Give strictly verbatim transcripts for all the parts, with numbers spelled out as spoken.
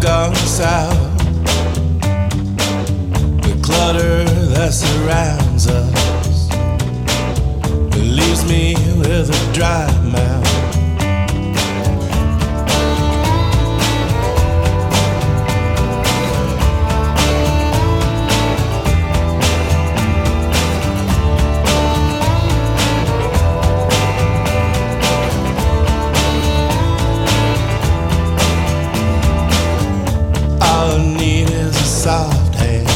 gone south. The clutter that surrounds us, it leaves me with a dry mouth. Soft hand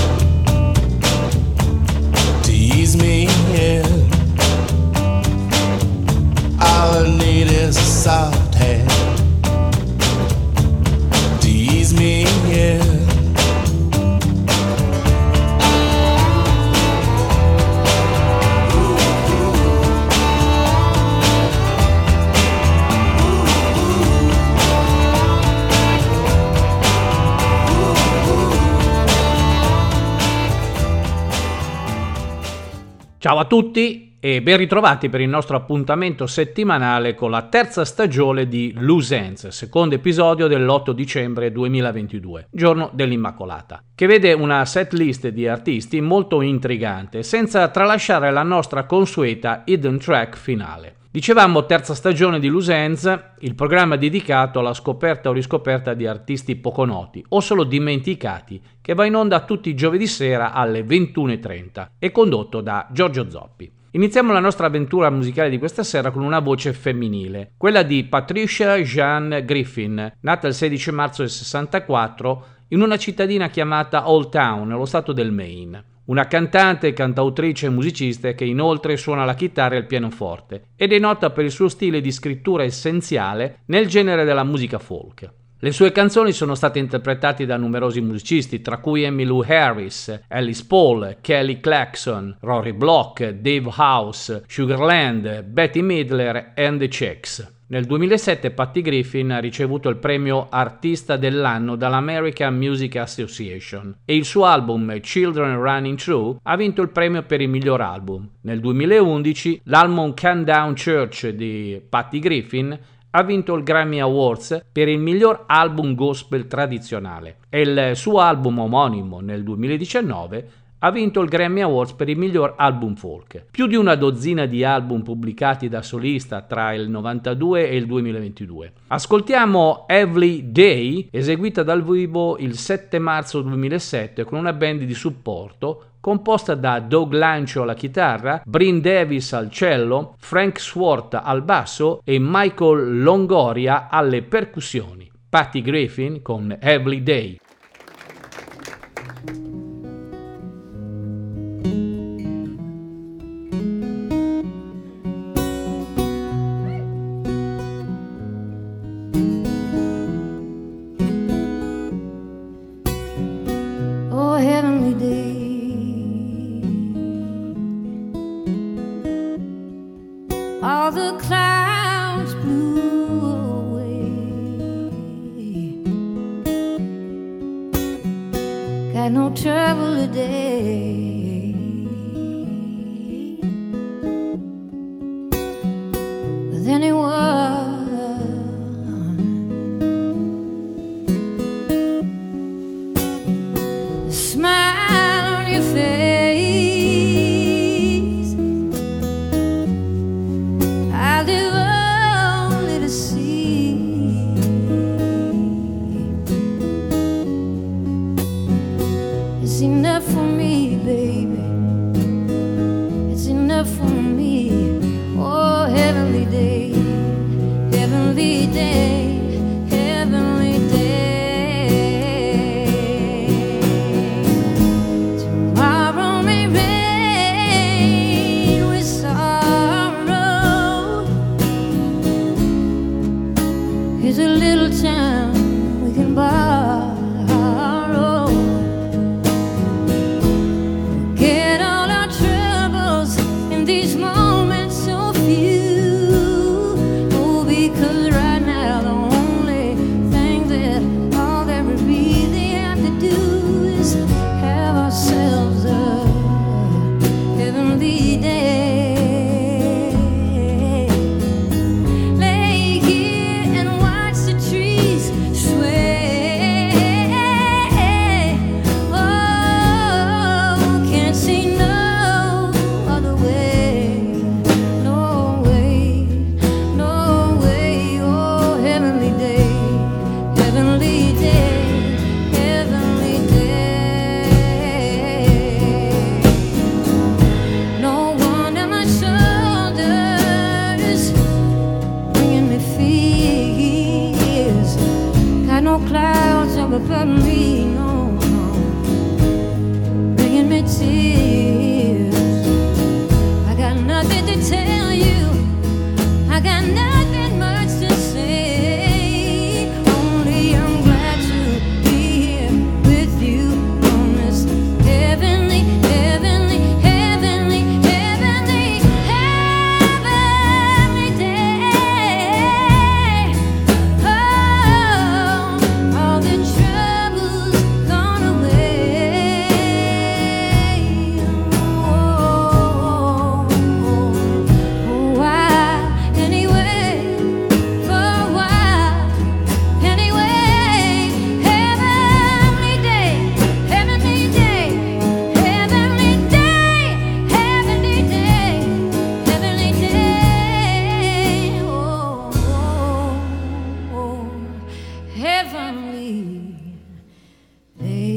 to ease me in. All I need is a soft hand to ease me in. Ciao a tutti e ben ritrovati per il nostro appuntamento settimanale con la terza stagione di Loose Ends, secondo episodio dell'otto dicembre duemilaventidue, giorno dell'Immacolata, che vede una setlist di artisti molto intrigante, senza tralasciare la nostra consueta hidden track finale. Dicevamo terza stagione di Loose Ends, il programma dedicato alla scoperta o riscoperta di artisti poco noti o solo dimenticati, che va in onda tutti i giovedì sera alle ventuno e trenta, e condotto da Giorgio Zoppi. Iniziamo la nostra avventura musicale di questa sera con una voce femminile, quella di Patricia Jean Griffin, nata il sedici marzo del sessantaquattro in una cittadina chiamata Old Town, nello stato del Maine. Una cantante, cantautrice e musicista che inoltre suona la chitarra e il pianoforte ed è nota per il suo stile di scrittura essenziale nel genere della musica folk. Le sue canzoni sono state interpretate da numerosi musicisti, tra cui Emmylou Harris, Alice Paul, Kelly Clarkson, Rory Block, Dave House, Sugarland, Bette Midler e The Chicks. Nel duemilasette Patty Griffin ha ricevuto il premio Artista dell'anno dall'American Music Association e il suo album Children Running Through ha vinto il premio per il miglior album. Nel duemilaundici l'album Countdown Church di Patty Griffin ha vinto il Grammy Awards per il miglior album gospel tradizionale e il suo album omonimo nel duemiladiciannove ha vinto il Grammy Awards per il miglior album folk. Più di una dozzina di album pubblicati da solista tra il novantadue e il duemilaventidue. Ascoltiamo Every Day, eseguita dal vivo il sette marzo duemilasette con una band di supporto composta da Doug Lancio alla chitarra, Bryn Davis al cello, Frank Swart al basso e Michael Longoria alle percussioni. Patty Griffin con Every Day. All the clouds blew away. Got no trouble today with anyone. The smile on your face, it's enough for me, baby. It's enough for me. Oh, heavenly day, heavenly day, heavenly day. Tomorrow may rain with sorrow. Here's a little time we can borrow. Lay here and watch the trees sway. no clouds over me, no, no, bringing me tears. I got nothing to tell you, I got nothing much to say. Only I'm glad to be here with you on this heavenly, heavenly, heavenly, heavenly, heavenly day. Oh, all the troubles gone away. Oh, why anyway? For a while anyway. Heavenly day, heavenly day, heavenly day, heavenly day, heavenly day. Oh, oh, oh, heavenly day.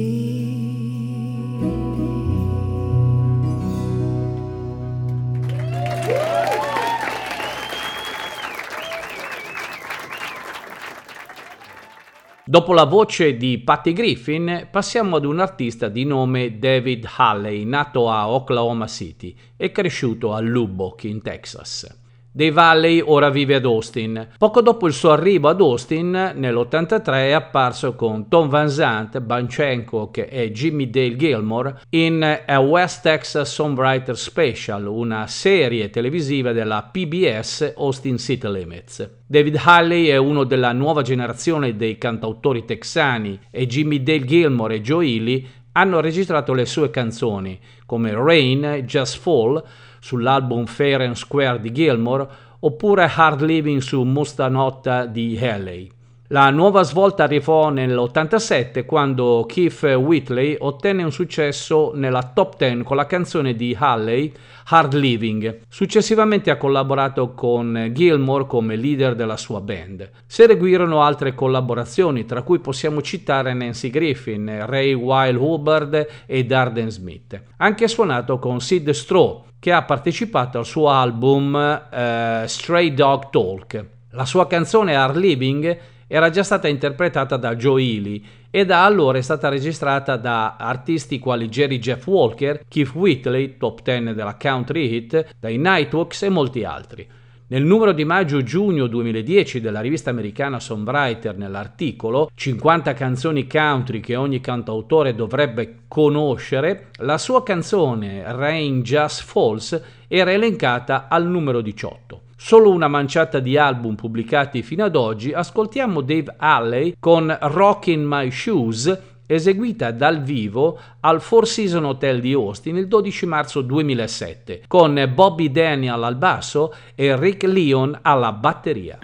Dopo la voce di Patty Griffin, passiamo ad un artista di nome David Haley, nato a Oklahoma City e cresciuto a Lubbock, in Texas. Dave Haley ora vive ad Austin. Poco dopo il suo arrivo ad Austin, nell'ottantatré, è apparso con Tom Van Zandt, Butch Hancock e Jimmie Dale Gilmore in A West Texas Songwriter Special, una serie televisiva della P B S Austin City Limits. David Haley è uno della nuova generazione dei cantautori texani e Jimmie Dale Gilmore e Joe Ely hanno registrato le sue canzoni, come Rain, Just Fall, sull'album Fair and Square di Gilmore, oppure Hard Living su Mustanotta di Haley. La nuova svolta arrivò nell'ottantasette, quando Keith Whitley ottenne un successo nella top dieci con la canzone di Haley, Hard Living. Successivamente ha collaborato con Gilmore come leader della sua band. Seguirono altre collaborazioni, tra cui possiamo citare Nancy Griffin, Ray Wylie Hubbard e Darden Smith. Ha anche suonato con Sid Straw, che ha partecipato al suo album uh, Stray Dog Talk. La sua canzone Hard Living era già stata interpretata da Joe Ely e da allora è stata registrata da artisti quali Jerry Jeff Walker, Keith Whitley, top dieci della Country Hit, dai Nightwalks e molti altri. Nel numero di maggio-giugno duemiladieci della rivista americana Songwriter, nell'articolo cinquanta canzoni country che ogni cantautore dovrebbe conoscere, la sua canzone Rain Just Falls era elencata al numero diciotto. Solo una manciata di album pubblicati fino ad oggi, ascoltiamo Dave Haley con Rockin' My Shoes, eseguita dal vivo al Four Seasons Hotel di Austin il dodici marzo duemilasette, con Bobby Daniel al basso e Rick Leon alla batteria.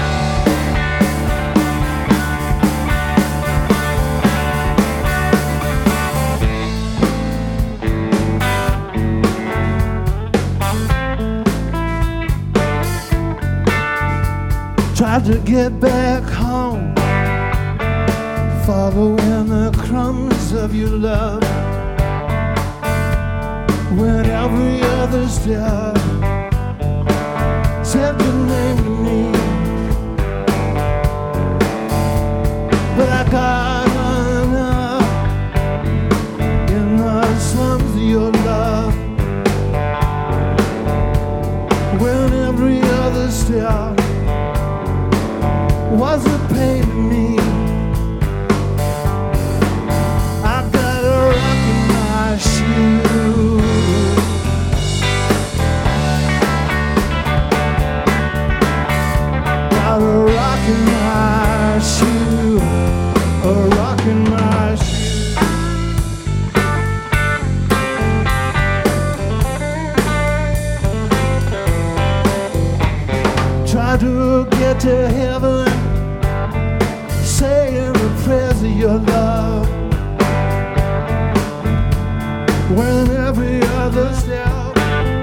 Tried to get back home, following the crumbs of your love, when every other star said your name to me. But I got hung up in the slums of your love, when every other star was a pain to me. I got a rock in my shoe, got a rock in my shoe, a rock in my shoe. Try to get to heaven, saying the prayers of your love, when every other step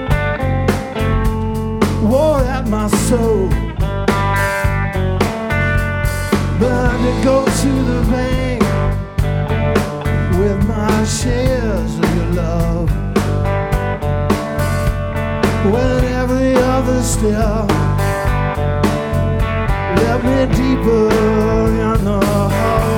wore at my soul. But it goes to the bank with my shares of your love, when every other step left me deeper in the hole.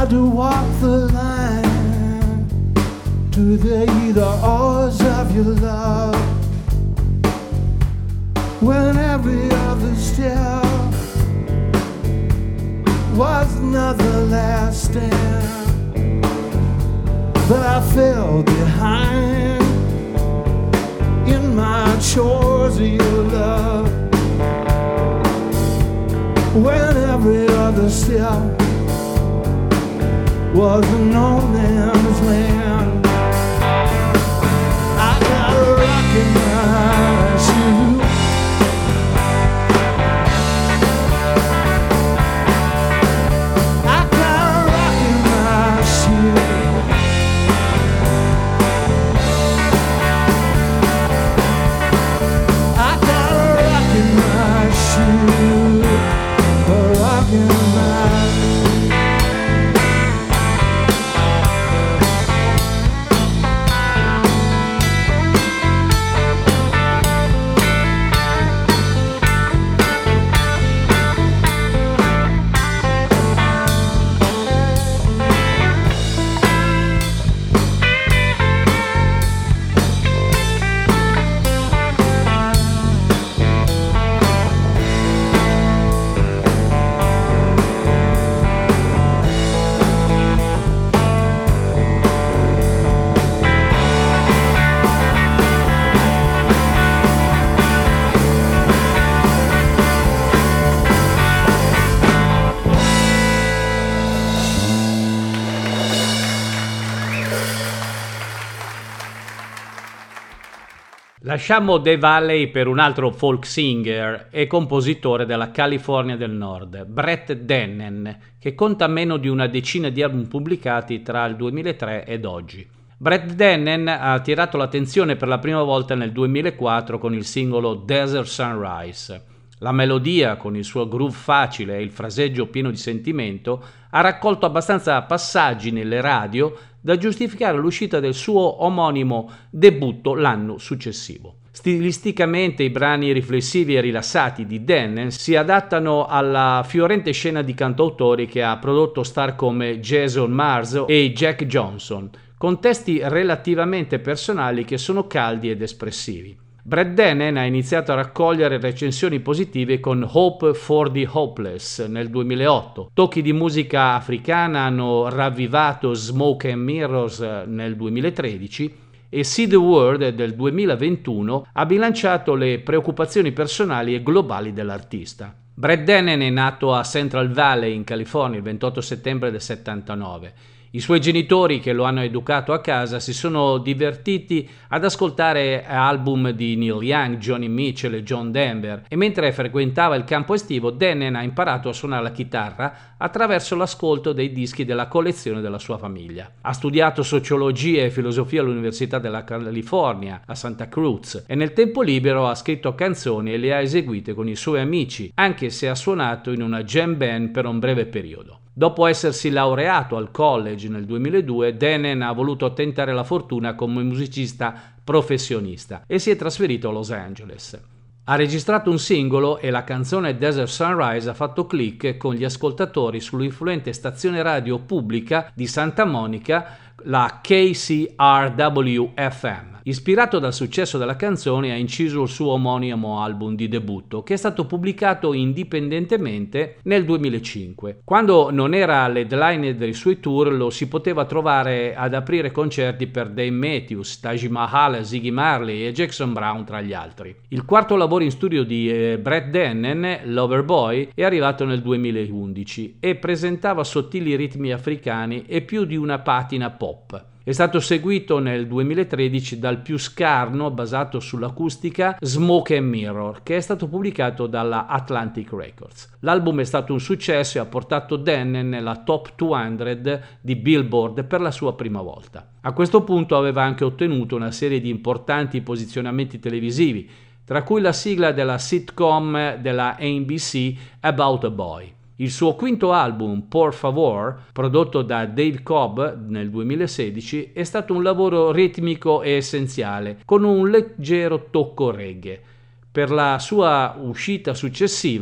had to walk the line to the either ors of your love, when every other step was another last stand. But I fell behind in my chores of your love, when every other step was a no man's land. I gotta recognize you. I gotta recognize you. I gotta recognize you. Recognize. Lasciamo Dave Valley per un altro folk singer e compositore della California del Nord, Brett Dennen, che conta meno di una decina di album pubblicati tra il duemilatré ed oggi. Brett Dennen ha attirato l'attenzione per la prima volta nel duemilaquattro con il singolo Desert Sunrise. La melodia, con il suo groove facile e il fraseggio pieno di sentimento, ha raccolto abbastanza passaggi nelle radio da giustificare l'uscita del suo omonimo debutto l'anno successivo. Stilisticamente i brani riflessivi e rilassati di Dennen si adattano alla fiorente scena di cantautori che ha prodotto star come Jason Mraz e Jack Johnson, con testi relativamente personali che sono caldi ed espressivi. Brett Dennen ha iniziato a raccogliere recensioni positive con Hope for the Hopeless nel duemilaotto. Tocchi di musica africana hanno ravvivato Smoke and Mirrors nel duemilatredici e See the World del duemilaventuno ha bilanciato le preoccupazioni personali e globali dell'artista. Brett Dennen è nato a Central Valley in California il ventotto settembre del settantanove. I suoi genitori, che lo hanno educato a casa, si sono divertiti ad ascoltare album di Neil Young, Johnny Mitchell e John Denver, e mentre frequentava il campo estivo Dennen ha imparato a suonare la chitarra attraverso l'ascolto dei dischi della collezione della sua famiglia. Ha studiato sociologia e filosofia all'Università della California a Santa Cruz e nel tempo libero ha scritto canzoni e le ha eseguite con i suoi amici, anche se ha suonato in una jam band per un breve periodo. Dopo essersi laureato al college nel duemiladue, Dennen ha voluto tentare la fortuna come musicista professionista e si è trasferito a Los Angeles. Ha registrato un singolo e la canzone Desert Sunrise ha fatto click con gli ascoltatori sull'influente stazione radio pubblica di Santa Monica, la K C R W F M. Ispirato dal successo della canzone ha inciso il suo omonimo album di debutto, che è stato pubblicato indipendentemente nel duemilacinque. Quando non era all'headline dei suoi tour lo si poteva trovare ad aprire concerti per Dave Matthews, Taj Mahal, Ziggy Marley e Jackson Browne tra gli altri. Il quarto lavoro in studio di eh, Brett Dennen, Loverboy, è arrivato nel duemilaundici e presentava sottili ritmi africani e più di una patina pop. È stato seguito nel duemilatredici dal più scarno, basato sull'acustica, Smoke and Mirror, che è stato pubblicato dalla Atlantic Records. L'album è stato un successo e ha portato Dennen nella top duecento di Billboard per la sua prima volta. A questo punto aveva anche ottenuto una serie di importanti posizionamenti televisivi, tra cui la sigla della sitcom della A B C About a Boy. Il suo quinto album, Por Favor, prodotto da Dave Cobb nel duemilasedici, è stato un lavoro ritmico e essenziale, con un leggero tocco reggae. Per la sua uscita successiva,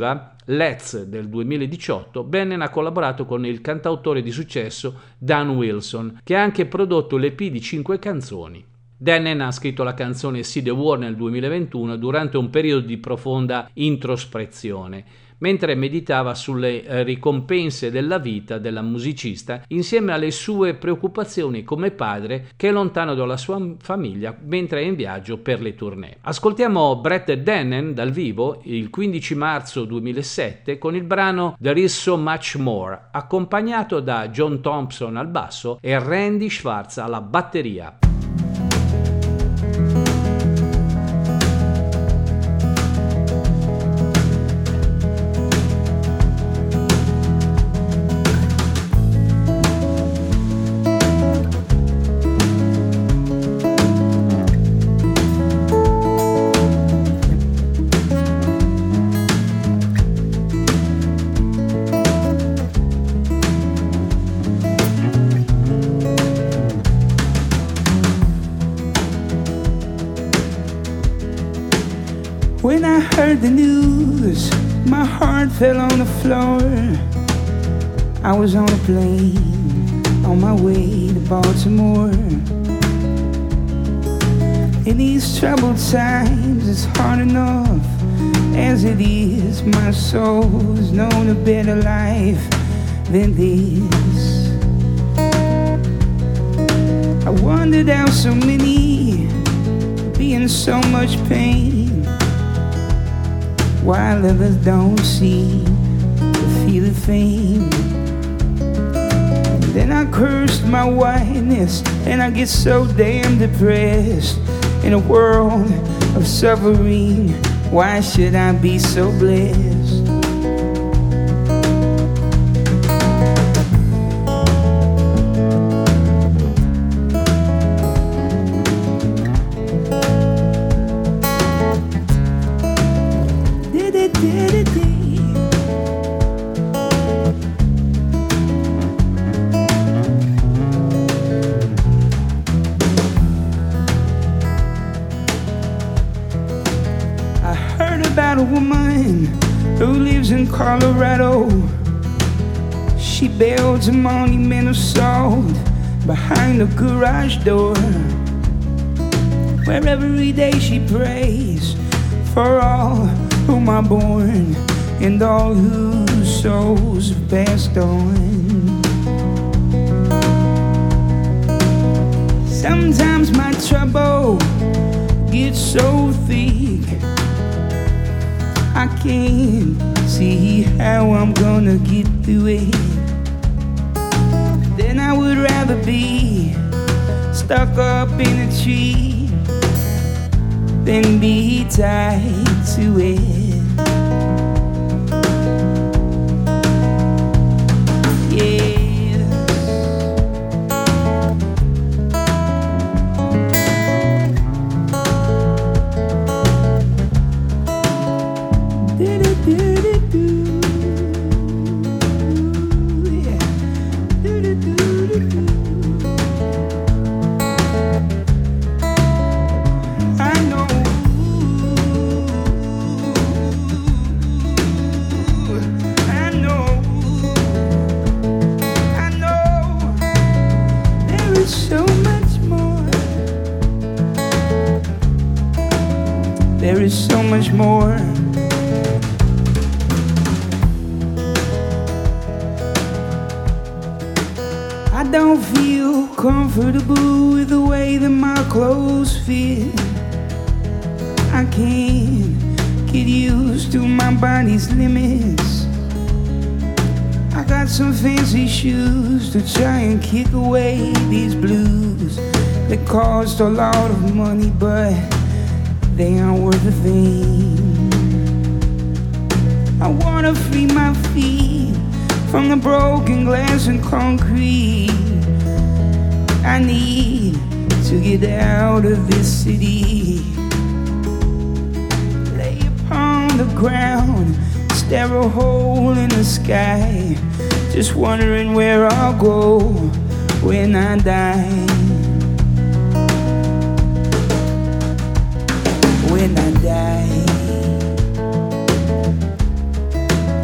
Let's del duemiladiciotto, Bennett ha collaborato con il cantautore di successo Dan Wilson, che ha anche prodotto l'E P di cinque canzoni. Dennen ha scritto la canzone See the War nel duemilaventuno durante un periodo di profonda introspezione, mentre meditava sulle ricompense della vita della musicista insieme alle sue preoccupazioni come padre che è lontano dalla sua famiglia mentre è in viaggio per le tournée. Ascoltiamo Brett Dennen dal vivo il quindici marzo duemilasette con il brano There Is So Much More, accompagnato da John Thompson al basso e Randy Schwartz alla batteria. When I heard the news, my heart fell on the floor. I was on a plane, on my way to Baltimore. In these troubled times, it's hard enough as it is. My soul has known a better life than this. I wondered how so many be in so much pain, while others don't seem to feel the fame. Then I cursed my whiteness, and I get so damn depressed. In a world of suffering, why should I be so blessed? About a woman who lives in Colorado. She builds a monument of salt behind the garage door, where every day she prays for all whom are born and all whose souls have passed on. Sometimes my trouble gets so thick I can't see how I'm gonna get through it. Then I would rather be stuck up in a tree than be tied to it. Yeah. There is so much more. I don't feel comfortable with the way that my clothes fit. I can't get used to my body's limits. I got some fancy shoes to try and kick away these blues that cost a lot of money, but they aren't worth a thing. I wanna free my feet from the broken glass and concrete. I need to get out of this city. Lay upon the ground, stare a hole in the sky, just wondering where I'll go when I die. When I die.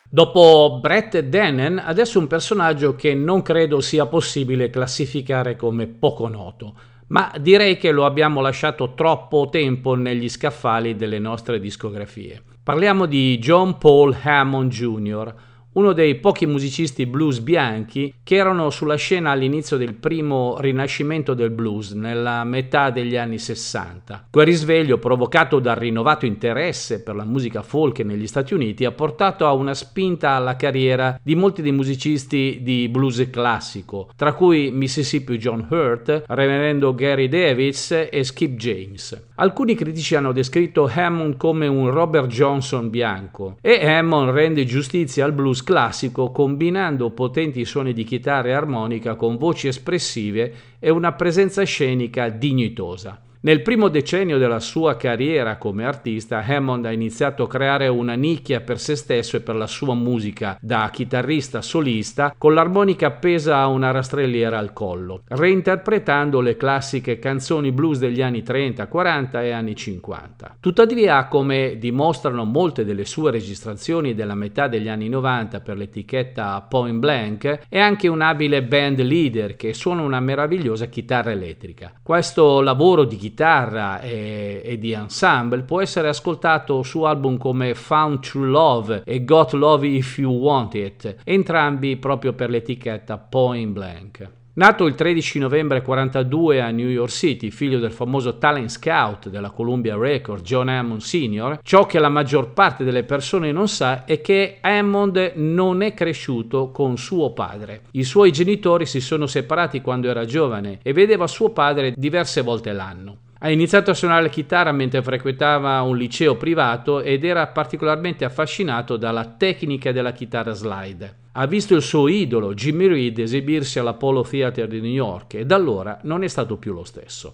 Dopo Brett Dennen, adesso un personaggio che non credo sia possibile classificare come poco noto, ma direi che lo abbiamo lasciato troppo tempo negli scaffali delle nostre discografie. Parliamo di John Paul Hammond junior, uno dei pochi musicisti blues bianchi che erano sulla scena all'inizio del primo rinascimento del blues, nella metà degli anni sessanta. Quel risveglio, provocato dal rinnovato interesse per la musica folk negli Stati Uniti, ha portato a una spinta alla carriera di molti dei musicisti di blues classico, tra cui Mississippi John Hurt, Reverendo Gary Davis e Skip James. Alcuni critici hanno descritto Hammond come un Robert Johnson bianco, e Hammond rende giustizia al blues classico combinando potenti suoni di chitarra e armonica con voci espressive e una presenza scenica dignitosa. Nel primo decennio della sua carriera come artista, Hammond ha iniziato a creare una nicchia per se stesso e per la sua musica da chitarrista solista, con l'armonica appesa a una rastrelliera al collo, reinterpretando le classiche canzoni blues degli anni trenta, quaranta e anni cinquanta. Tuttavia, come dimostrano molte delle sue registrazioni della metà degli anni novanta per l'etichetta Point Blank, è anche un abile band leader che suona una meravigliosa chitarra elettrica. Questo lavoro di chitarra e, e di ensemble può essere ascoltato su album come Found True Love e Got Love If You Want It, entrambi proprio per l'etichetta Point Blank. Nato il tredici novembre quarantadue a New York City, figlio del famoso talent scout della Columbia Records John Hammond senior, ciò che la maggior parte delle persone non sa è che Hammond non è cresciuto con suo padre. I suoi genitori si sono separati quando era giovane e vedeva suo padre diverse volte l'anno. Ha iniziato a suonare la chitarra mentre frequentava un liceo privato ed era particolarmente affascinato dalla tecnica della chitarra slide. Ha visto il suo idolo Jimmy Reed esibirsi all'Apollo Theater di New York e da allora non è stato più lo stesso.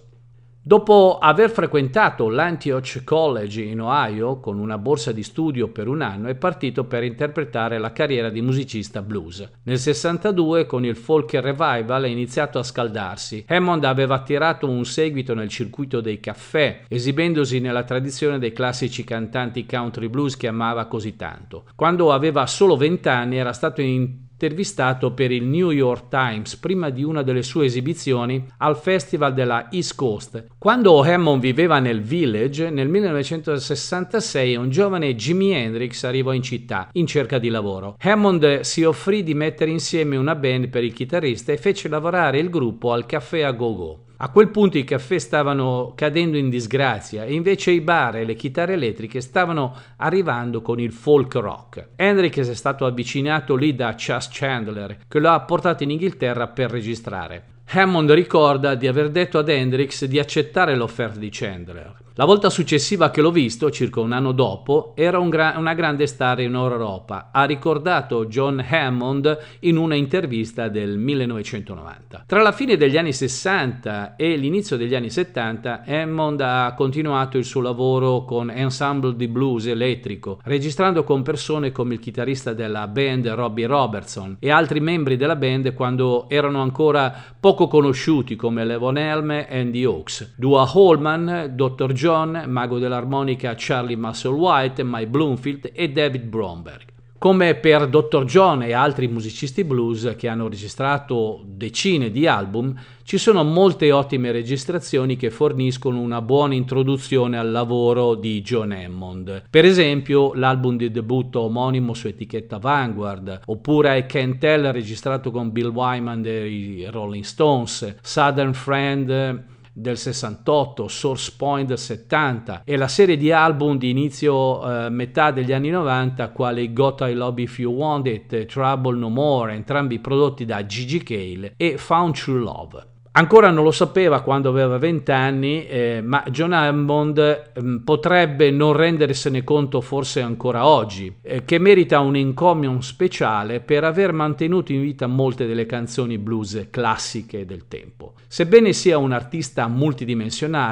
Dopo aver frequentato l'Antioch College in Ohio con una borsa di studio per un anno, è partito per interpretare la carriera di musicista blues. Nel sessantadue, con il Folk Revival, è iniziato a scaldarsi. Hammond aveva attirato un seguito nel circuito dei caffè, esibendosi nella tradizione dei classici cantanti country blues che amava così tanto. Quando aveva solo venti anni era stato in intervistato per il New York Times prima di una delle sue esibizioni al Festival della East Coast. Quando Hammond viveva nel Village, nel millenovecentosessantasei, un giovane Jimi Hendrix arrivò in città in cerca di lavoro. Hammond si offrì di mettere insieme una band per il chitarrista e fece lavorare il gruppo al caffè a go-go. A quel punto i caffè stavano cadendo in disgrazia e invece i bar e le chitarre elettriche stavano arrivando con il folk rock. Hendrix è stato avvicinato lì da Chas Chandler, che lo ha portato in Inghilterra per registrare. Hammond ricorda di aver detto ad Hendrix di accettare l'offerta di Chandler. La volta successiva che l'ho visto, circa un anno dopo, era un gra- una grande star in Europa, ha ricordato John Hammond in una intervista del millenovecentonovanta. Tra la fine degli anni sessanta e l'inizio degli anni settanta, Hammond ha continuato il suo lavoro con ensemble di blues elettrico, registrando con persone come il chitarrista della band Robbie Robertson e altri membri della band quando erano ancora poco conosciuti come Levon Helm and the Oaks, Dua Holman, dottor John, mago dell'armonica Charlie Musselwhite, Mike Bloomfield e David Bromberg. Come per dottor John e altri musicisti blues che hanno registrato decine di album, ci sono molte ottime registrazioni che forniscono una buona introduzione al lavoro di John Hammond. Per esempio l'album di debutto omonimo su etichetta Vanguard, oppure I Can't Tell registrato con Bill Wyman dei Rolling Stones, Southern Friend del sessantotto, Source Point del settanta e la serie di album di inizio eh, metà degli anni novanta quali Got I Love If You Want It, Trouble No More, entrambi prodotti da Gigi Cale, e Found True Love. Ancora non lo sapeva quando aveva venti anni, eh, ma John Hammond eh, potrebbe non rendersene conto forse ancora oggi, eh, che merita un encomium speciale per aver mantenuto in vita molte delle canzoni blues classiche del tempo. Sebbene sia un artista multidimensionale,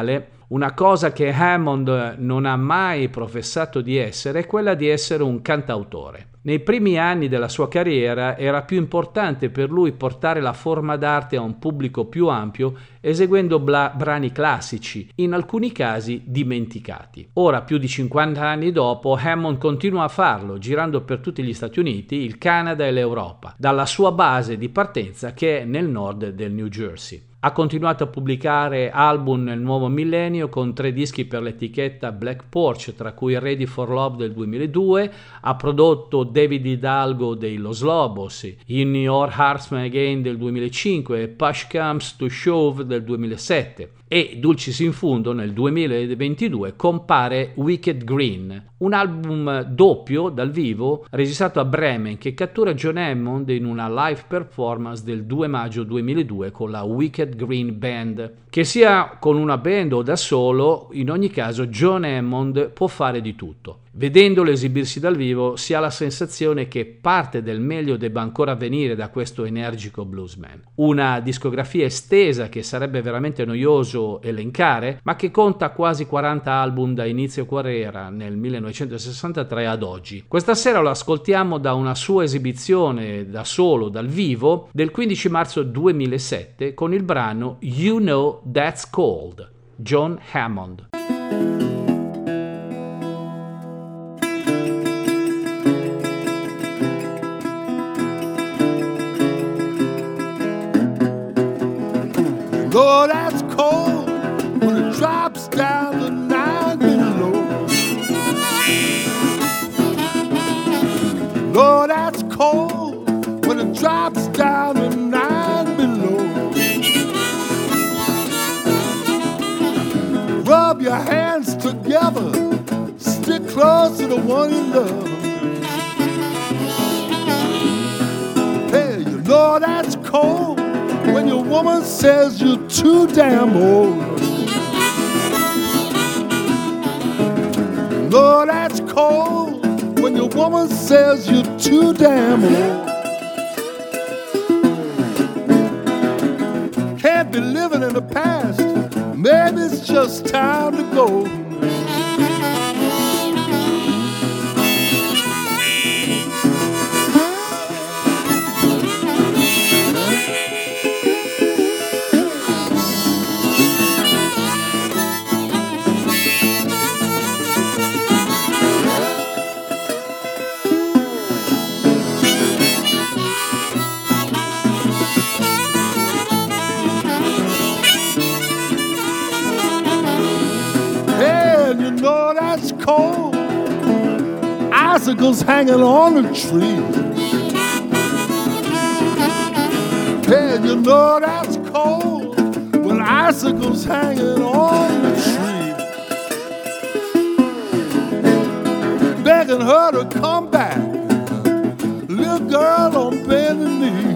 Una cosa che Hammond non ha mai professato di essere è quella di essere un cantautore. Nei primi anni della sua carriera era più importante per lui portare la forma d'arte a un pubblico più ampio eseguendo bla- brani classici, in alcuni casi dimenticati. Ora, più di cinquanta anni dopo, Hammond continua a farlo, girando per tutti gli Stati Uniti, il Canada e l'Europa, dalla sua base di partenza che è nel nord del New Jersey. Ha continuato a pubblicare album nel nuovo millennio con tre dischi per l'etichetta Black Porch, tra cui Ready for Love del duemiladue, ha prodotto David Hidalgo dei Los Lobos, In Your Hearts Again del duemilacinque e Push Comes to Shove del duemilasette. E dulcis in fundo nel duemilaventidue compare Wicked Green, un album doppio dal vivo registrato a Bremen che cattura John Hammond in una live performance del due maggio duemiladue con la Wicked Green Band. Che sia con una band o da solo, in ogni caso John Hammond può fare di tutto. Vedendolo esibirsi dal vivo si ha la sensazione che parte del meglio debba ancora venire da questo energico bluesman. Una discografia estesa che sarebbe veramente noioso elencare, ma che conta quasi quaranta album da inizio carriera nel millenovecentosessantatré ad oggi. Questa sera lo ascoltiamo da una sua esibizione da solo dal vivo del quindici marzo duemilasette con il brano You Know That's Cold, John Hammond. Lord, that's cold when it drops down to nine below. Lord, that's cold when it drops down to nine below. Rub your hands together, stick close to the one you love. Hey, you know that's cold when your woman says you're too damn old. Lord, that's cold when your woman says you're too damn old. Can't be living in the past, maybe it's just time to go. Cold, icicles hanging on the tree. Hey, you know that's cold when icicles hanging on the tree. Begging her to come back, little girl on bending knee.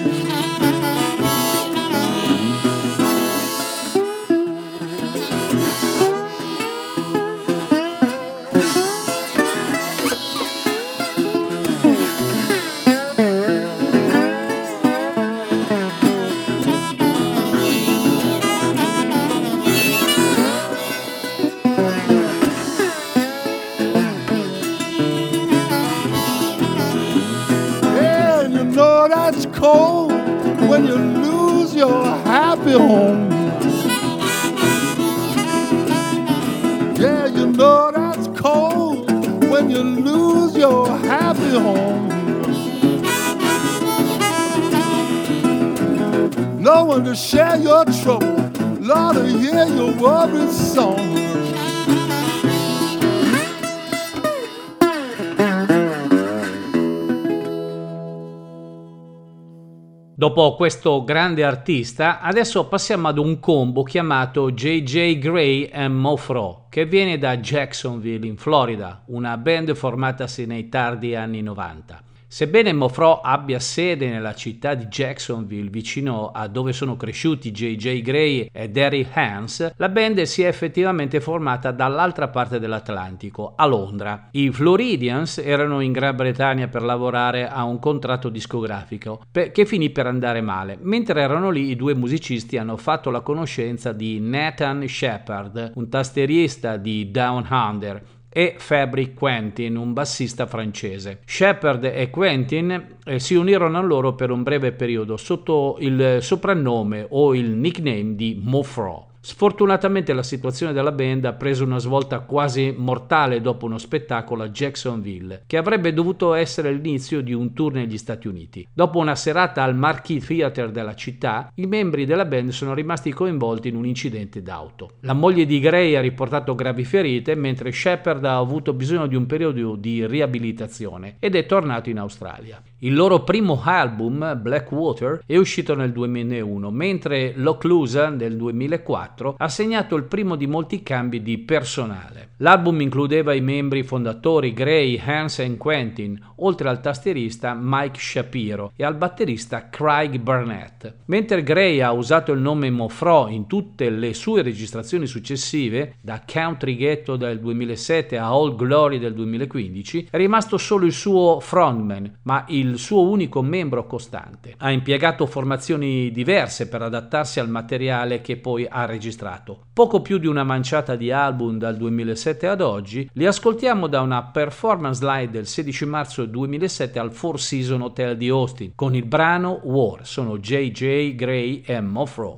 Cold when you lose your happy home. Yeah, you know that's cold when you lose your happy home. No one to share your trouble, Lord, to hear your worried song. Dopo questo grande artista, adesso passiamo ad un combo chiamato J J Gray and Mo Fro, che viene da Jacksonville in Florida, una band formatasi nei tardi anni novanta. Sebbene Mo-Fro abbia sede nella città di Jacksonville, vicino a dove sono cresciuti J J Gray e Daryl Hans, la band si è effettivamente formata dall'altra parte dell'Atlantico, a Londra. I Floridians erano in Gran Bretagna per lavorare a un contratto discografico che finì per andare male. Mentre erano lì, i due musicisti hanno fatto la conoscenza di Nathan Shepard, un tastierista di Down Under, e Fabric Quentin, un bassista francese. Shepard e Quentin eh, si unirono a loro per un breve periodo sotto il soprannome o il nickname di Mo-Fro. Sfortunatamente la situazione della band ha preso una svolta quasi mortale dopo uno spettacolo a Jacksonville, che avrebbe dovuto essere l'inizio di un tour negli Stati Uniti. Dopo una serata al Marquis Theatre della città, i membri della band sono rimasti coinvolti in un incidente d'auto. La moglie di Gray ha riportato gravi ferite, mentre Shepard ha avuto bisogno di un periodo di riabilitazione ed è tornato in Australia. Il loro primo album, Blackwater, è uscito nel duemilauno, mentre L'Occlusa del duemilaquattro ha segnato il primo di molti cambi di personale. L'album includeva i membri fondatori Gray, Hans e Quentin, oltre al tastierista Mike Shapiro e al batterista Craig Burnett. Mentre Gray ha usato il nome Mo-Fro in tutte le sue registrazioni successive, da Country Ghetto del duemilasette a Old Glory del duemilaquindici, è rimasto solo il suo frontman, ma il suo unico membro costante. Ha impiegato formazioni diverse per adattarsi al materiale che poi ha registrato. Poco più di una manciata di album dal duemilasette ad oggi, li ascoltiamo da una performance live del sedici marzo duemilasette al Four Seasons Hotel di Austin con il brano War. Sono J J Gray e Mo-Fro.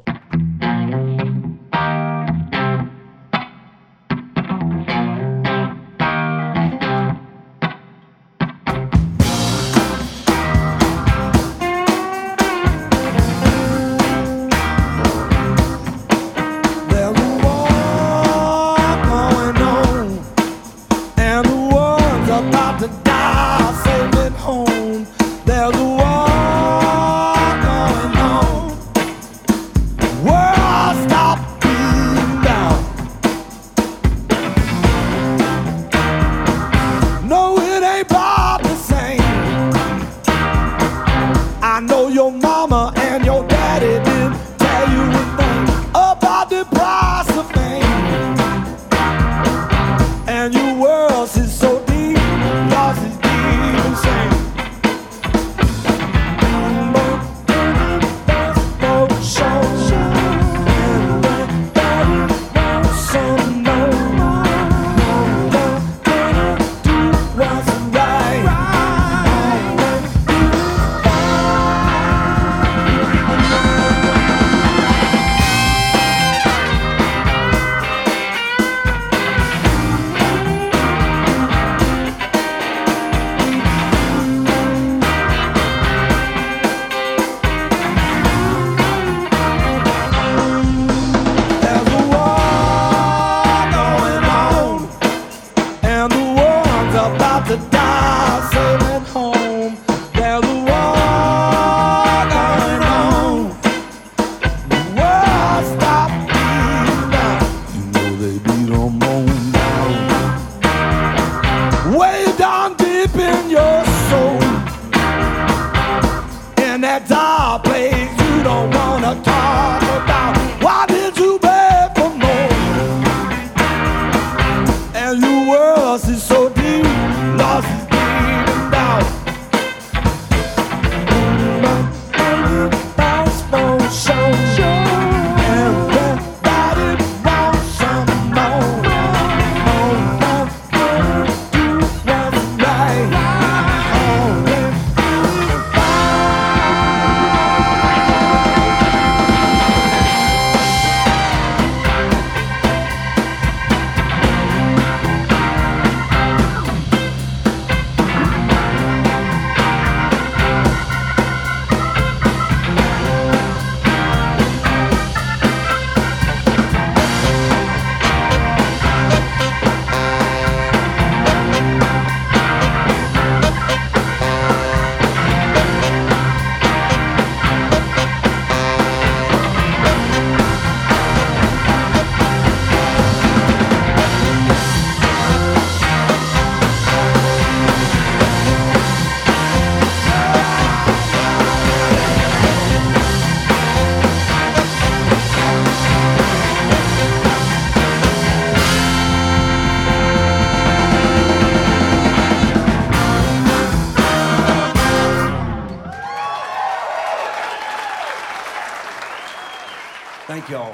Thank you all.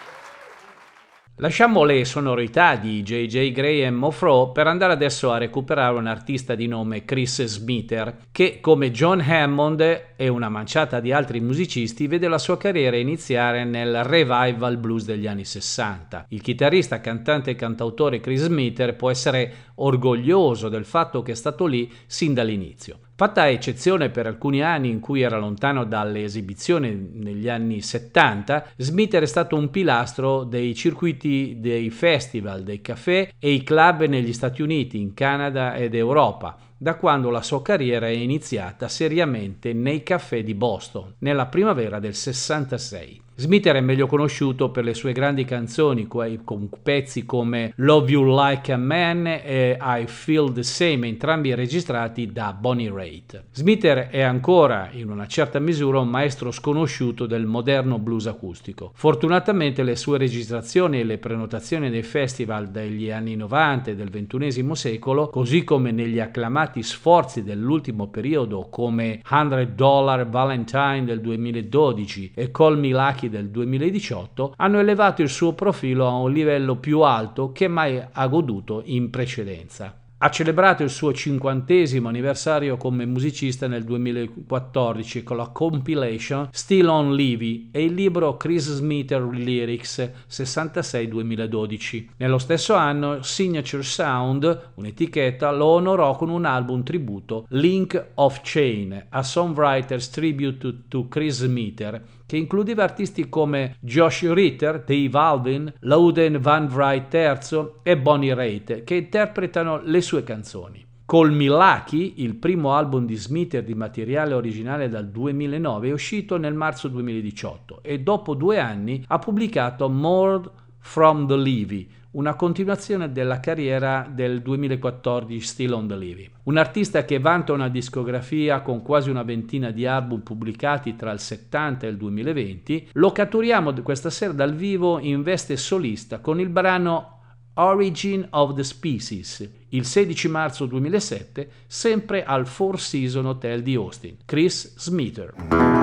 Lasciamo le sonorità di J J Graham Mo Fro per andare adesso a recuperare un artista di nome Chris Smither, che come John Hammond e una manciata di altri musicisti vede la sua carriera iniziare nel revival blues degli anni sessanta. Il chitarrista, cantante e cantautore Chris Smither può essere orgoglioso del fatto che è stato lì sin dall'inizio. Fatta eccezione per alcuni anni in cui era lontano dalle esibizioni negli anni settanta, Smither è stato un pilastro dei circuiti dei festival, dei caffè e i club negli Stati Uniti, in Canada ed Europa, da quando la sua carriera è iniziata seriamente nei caffè di Boston, nella primavera del sessantasei. Smither è meglio conosciuto per le sue grandi canzoni con pezzi come Love You Like a Man e I Feel the Same, entrambi registrati da Bonnie Raitt. Smither è ancora, in una certa misura, un maestro sconosciuto del moderno blues acustico. Fortunatamente le sue registrazioni e le prenotazioni nei festival degli anni novanta e del ventunesimo secolo, così come negli acclamati sforzi dell'ultimo periodo come hundred dollar Valentine del duemiladodici e Call Me Lucky del duemiladiciotto, hanno elevato il suo profilo a un livello più alto che mai ha goduto in precedenza. Ha celebrato il suo cinquantesimo anniversario come musicista nel duemilaquattordici con la compilation Still on Levy e il libro Chris Smither Lyrics sessantasei duemiladodici. Nello stesso anno Signature Sound, un'etichetta, lo onorò con un album tributo, Link of Chain, a Songwriters Tribute to, to Chris Smither, che includeva artisti come Josh Ritter, Dave Alvin, Loudon Van Wright terzo e Bonnie Raitt, che interpretano le sue canzoni. Call Me Lucky, il primo album di Smither di materiale originale dal duemilanove, è uscito nel marzo duemiladiciotto e dopo due anni ha pubblicato More from the Levy, una continuazione della carriera del duemilaquattordici Still on the Levy. Un artista che vanta una discografia con quasi una ventina di album pubblicati tra il settanta e il duemilaventi, lo catturiamo questa sera dal vivo in veste solista con il brano Origin of the Species, il sedici marzo duemilasette, sempre al Four Seasons Hotel di Austin. Chris Smither.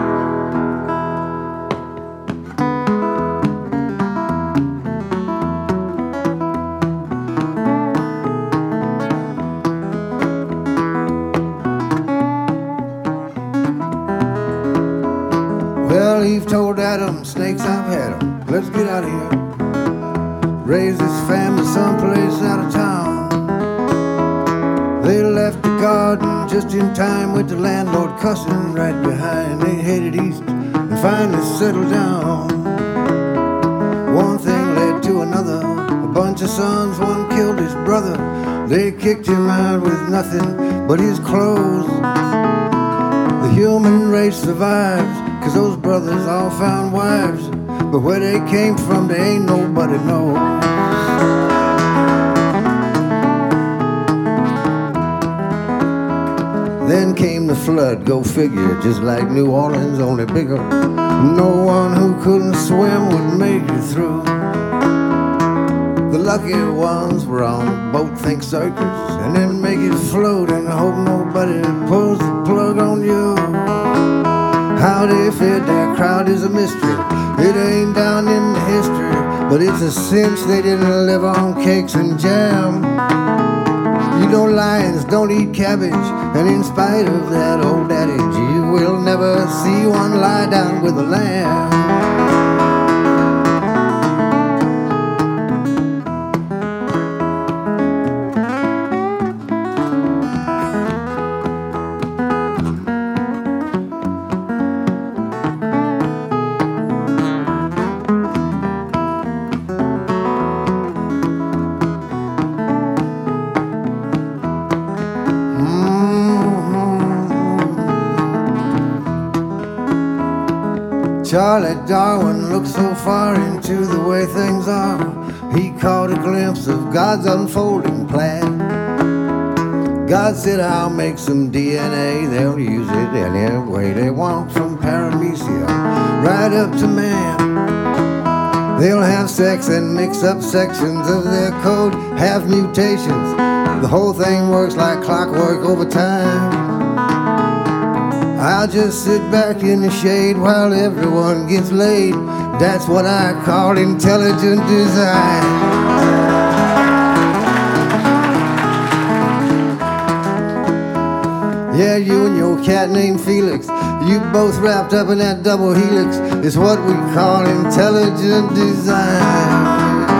Well, Eve told Adam, snakes, I've had 'em. Let's get out of here. Raise this family someplace out of town. They left the garden just in time with the landlord cussing right behind. They headed east and finally settled down. One thing led to another. A bunch of sons, one killed his brother. They kicked him out with nothing but his clothes. The human race survives, 'cause those brothers all found wives. But where they came from, there ain't nobody knows. Then came the flood, go figure, just like New Orleans, only bigger. No one who couldn't swim would make it through. The lucky ones were on a boat, think circus, and then make it float and hope nobody pulls the plug on you. How they fed that crowd is a mystery. It ain't down in the history, but it's a cinch they didn't live on cakes and jam. You know lions don't eat cabbage, and in spite of that old adage, you will never see one lie down with a lamb. Charlie Darwin looked so far into the way things are. He caught a glimpse of God's unfolding plan. God said, I'll make some D N A. They'll use it any way they want, from paramecia right up to man. They'll have sex and mix up sections of their code, have mutations. The whole thing works like clockwork over time. I'll just sit back in the shade while everyone gets laid. That's what I call intelligent design. Yeah, you and your cat named Felix, you both wrapped up in that double helix. It's what we call intelligent design.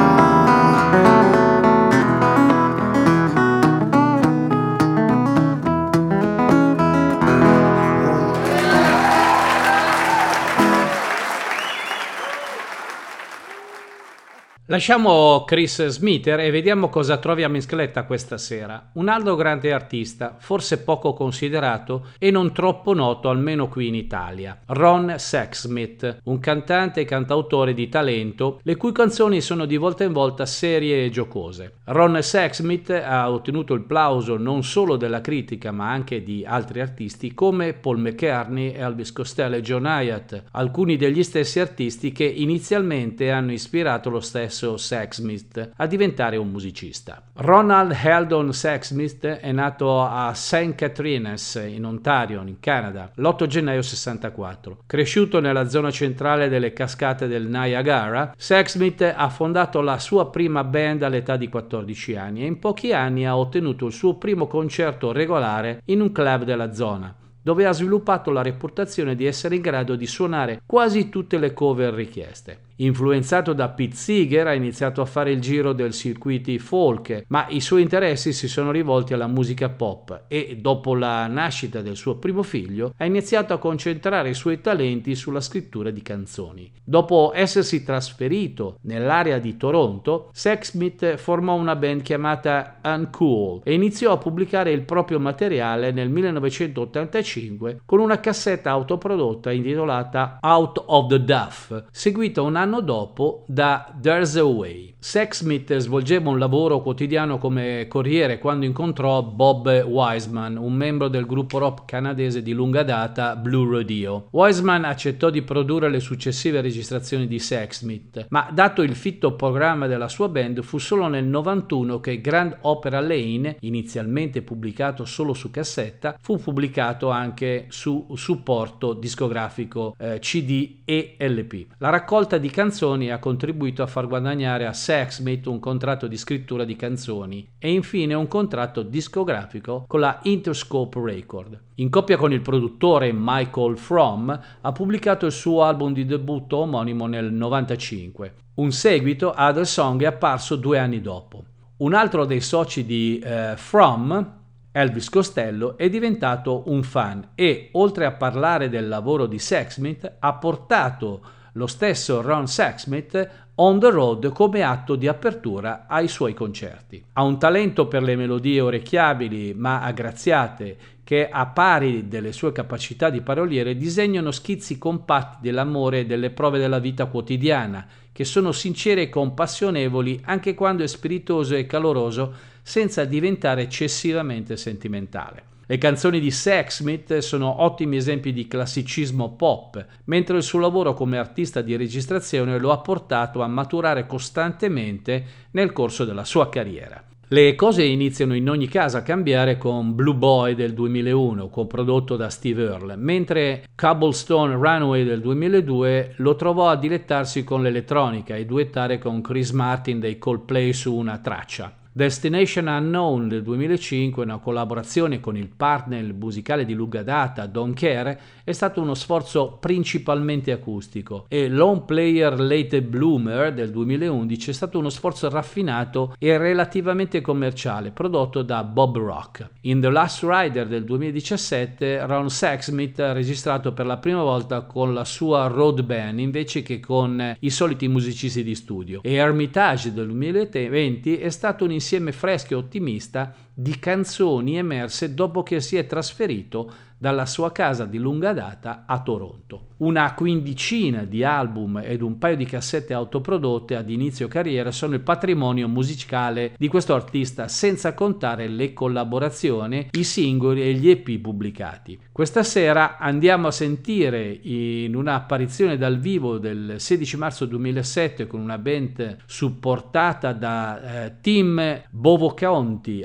Lasciamo Chris Smither e vediamo cosa troviamo in scaletta questa sera. Un altro grande artista, forse poco considerato e non troppo noto almeno qui in Italia, Ron Sexsmith, un cantante e cantautore di talento, le cui canzoni sono di volta in volta serie e giocose. Ron Sexsmith ha ottenuto il plauso non solo della critica ma anche di altri artisti come Paul McCartney, Elvis Costello e John Hyatt, alcuni degli stessi artisti che inizialmente hanno ispirato lo stesso Sexsmith a diventare un musicista. Ronald Eldon Sexsmith è nato a Saint Catharines in Ontario, in Canada, l'otto gennaio sessantaquattro. Cresciuto nella zona centrale delle cascate del Niagara, Sexsmith ha fondato la sua prima band all'età di quattordici anni e in pochi anni ha ottenuto il suo primo concerto regolare in un club della zona, dove ha sviluppato la reputazione di essere in grado di suonare quasi tutte le cover richieste. Influenzato da Pete Seeger, ha iniziato a fare il giro del circuiti folk, ma i suoi interessi si sono rivolti alla musica pop e, dopo la nascita del suo primo figlio, ha iniziato a concentrare i suoi talenti sulla scrittura di canzoni. Dopo essersi trasferito nell'area di Toronto, Sexsmith formò una band chiamata Uncool e iniziò a pubblicare il proprio materiale nel millenovecentottantacinque con una cassetta autoprodotta intitolata Out of the Duff, seguita un anno dopo da There's a Way. Sexsmith svolgeva un lavoro quotidiano come corriere quando incontrò Bob Wiseman, un membro del gruppo rock canadese di lunga data Blue Rodeo. Wiseman accettò di produrre le successive registrazioni di Sexsmith, ma dato il fitto programma della sua band fu solo nel novantuno che Grand Opera Lane, inizialmente pubblicato solo su cassetta, fu pubblicato anche su supporto discografico eh, C D e L P. La raccolta di canzoni ha contribuito a far guadagnare a Sexsmith un contratto di scrittura di canzoni e infine un contratto discografico con la Interscope Record. In coppia con il produttore Michael Fromm ha pubblicato il suo album di debutto omonimo nel novantacinque. Un seguito, Other Song, è apparso due anni dopo. Un altro dei soci di eh, Fromm, Elvis Costello, è diventato un fan e, oltre a parlare del lavoro di Sexsmith, ha portato lo stesso Ron Sexsmith on the road come atto di apertura ai suoi concerti. Ha un talento per le melodie orecchiabili ma aggraziate che, a pari delle sue capacità di paroliere, disegnano schizzi compatti dell'amore e delle prove della vita quotidiana, che sono sincere e compassionevoli anche quando è spiritoso e caloroso, senza diventare eccessivamente sentimentale. Le canzoni di Sexsmith sono ottimi esempi di classicismo pop, mentre il suo lavoro come artista di registrazione lo ha portato a maturare costantemente nel corso della sua carriera. Le cose iniziano in ogni caso a cambiare con Blue Boy del duemilauno, coprodotto da Steve Earle, mentre Cobblestone Runaway del duemiladue lo trovò a dilettarsi con l'elettronica e duettare con Chris Martin dei Coldplay su una traccia. Destination Unknown del duemilacinque, una collaborazione con il partner musicale di lunga data Don't Care, è stato uno sforzo principalmente acustico, e Lone Player Late Bloomer del duemilaundici è stato uno sforzo raffinato e relativamente commerciale prodotto da Bob Rock. In The Last Rider del duemiladiciassette, Ron Sexsmith ha registrato per la prima volta con la sua road band invece che con i soliti musicisti di studio, e Hermitage del duemilaventi è stato un insieme fresco e ottimista di canzoni emerse dopo che si è trasferito dalla sua casa di lunga data a Toronto. Una quindicina di album ed un paio di cassette autoprodotte ad inizio carriera sono il patrimonio musicale di questo artista, senza contare le collaborazioni, i singoli e gli E P pubblicati. Questa sera andiamo a sentire, in un'apparizione dal vivo del sedici marzo duemilasette con una band supportata da eh, Tim Bovoconti alla chitarra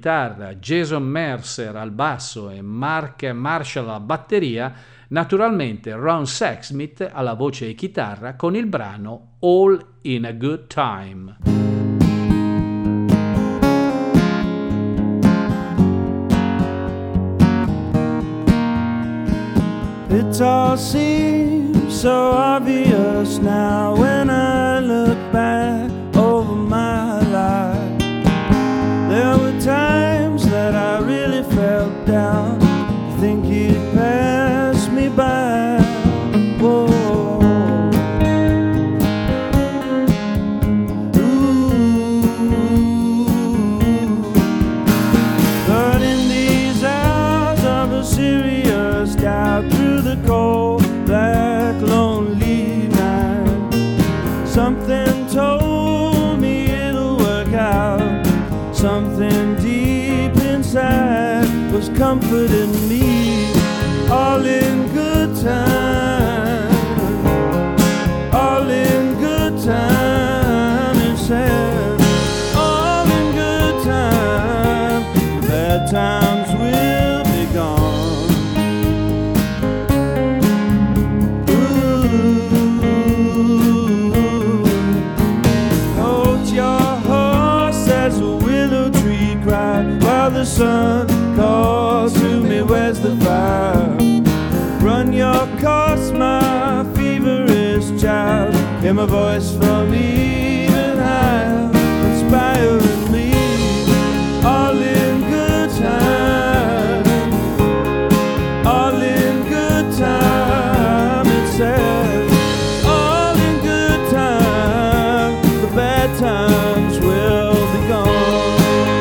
chitarra, Jason Mercer al basso e Mark Marshall alla batteria, naturalmente Ron Sexsmith alla voce e chitarra con il brano All in a Good Time. It all seems so obvious now when I look back over my life. There were times that I really felt down, think you'd pass me by. Whoa. Ooh. But in these hours of a serious doubt, through the cold, black, lonely night, something told me it'll work out. Something deep inside was comforting me. All in good time, all in good time, it said. All in good time, bad times will be gone. Ooh, hold your horse as a willow tree cried, while the sun calls to me, where's the fire? Run your course, my feverish child. Hear my voice from even higher, inspiring me. All in good time, all in good time, it says. All in good time, the bad times will be gone.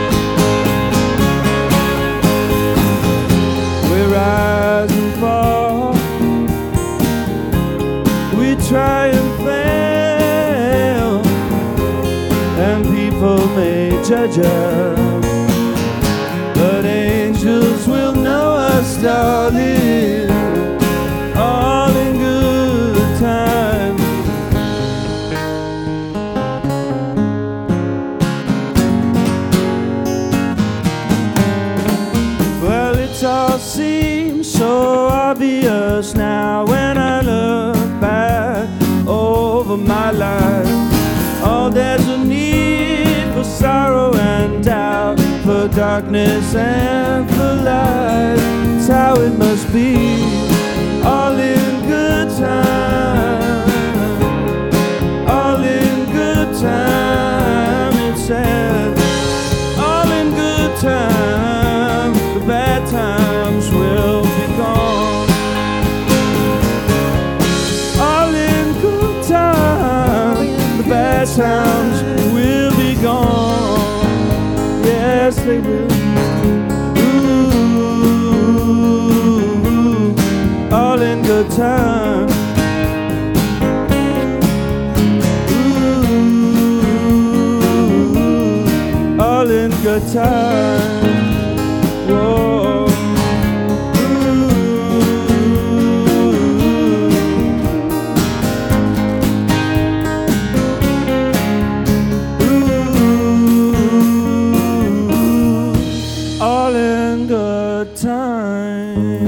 We rise and fall, we try and fail, and people may judge us, but angels will know us, darling. All in good time. Well, it all seems so obvious now when I look back over my life. Oh, there's a need for sorrow and doubt, for darkness and for light. It's how it must be. All in good time, all in good time, it said. All in good time, the bad times will be gone. All in good time, the bad times will be gone. Yes, they will. Ooh, all in good time. Ooh, all in good time. Whoa. All in good time.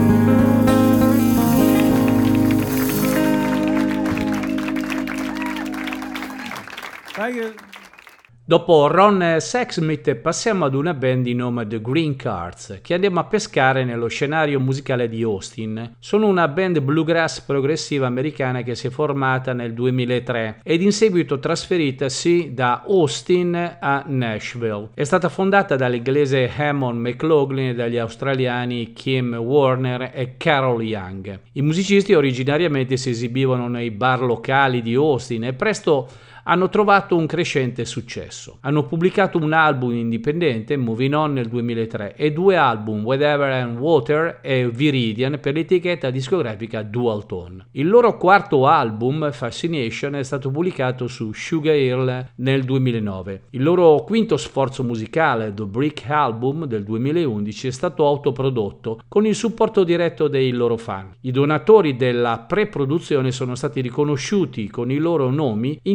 Thank you. Dopo Ron Sexsmith passiamo ad una band di nome The Green Cards, che andiamo a pescare nello scenario musicale di Austin. Sono una band bluegrass progressiva americana che si è formata nel duemilatré ed in seguito trasferitasi da Austin a Nashville. È stata fondata dall'inglese Hammond McLaughlin e dagli australiani Kim Warner e Carol Young. I musicisti originariamente si esibivano nei bar locali di Austin e presto hanno trovato un crescente successo. Hanno pubblicato un album indipendente, Moving On, nel duemilatré e due album, Whatever and Water e Viridian, per l'etichetta discografica Dual Tone. Il loro quarto album, Fascination, è stato pubblicato su Sugar Hill nel duemilanove. Il loro quinto sforzo musicale, The Brick Album, del duemilaundici, è stato autoprodotto con il supporto diretto dei loro fan. I donatori della pre-produzione sono stati riconosciuti con i loro nomi incisi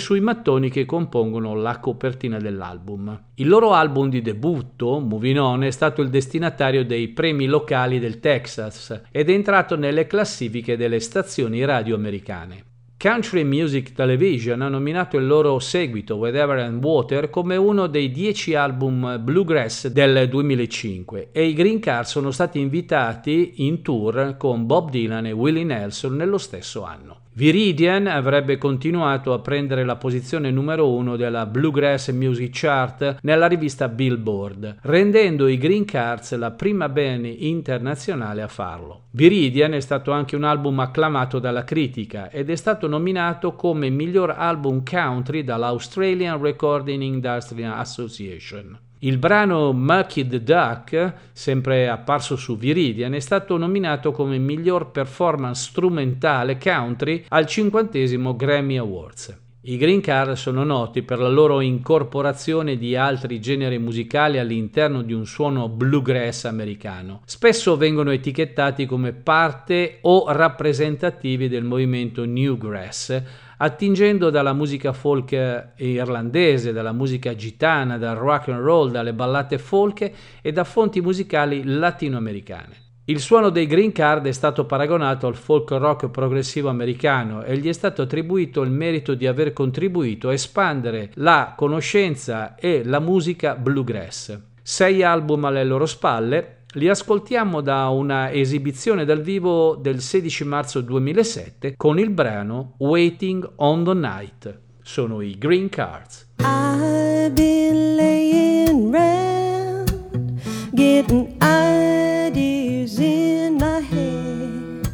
sui mattoni che compongono la copertina dell'album. Il loro album di debutto, Moving On, è stato il destinatario dei premi locali del Texas ed è entrato nelle classifiche delle stazioni radio americane. Country Music Television ha nominato il loro seguito, Whatever and Water, come uno dei dieci album bluegrass del duemilacinque e i Green Card sono stati invitati in tour con Bob Dylan e Willie Nelson nello stesso anno. Viridian avrebbe continuato a prendere la posizione numero uno della Bluegrass Music Chart nella rivista Billboard, rendendo i Green Cards la prima band internazionale a farlo. Viridian è stato anche un album acclamato dalla critica ed è stato nominato come miglior album country dall'Australian Recording Industry Association. Il brano Mucky the Duck, sempre apparso su Viridian, è stato nominato come miglior performance strumentale country al cinquantesimo Grammy Awards. I Green Card sono noti per la loro incorporazione di altri generi musicali all'interno di un suono bluegrass americano. Spesso vengono etichettati come parte o rappresentativi del movimento Newgrass, attingendo dalla musica folk irlandese, dalla musica gitana, dal rock and roll, dalle ballate folk e da fonti musicali latinoamericane. Il suono dei Green Card è stato paragonato al folk rock progressivo americano e gli è stato attribuito il merito di aver contribuito a espandere la conoscenza e la musica bluegrass. Sei album alle loro spalle, li ascoltiamo da una esibizione dal vivo del sedici marzo duemilasette con il brano Waiting on the Night. Sono i Green Cards. I've been laying round, getting ideas in my head,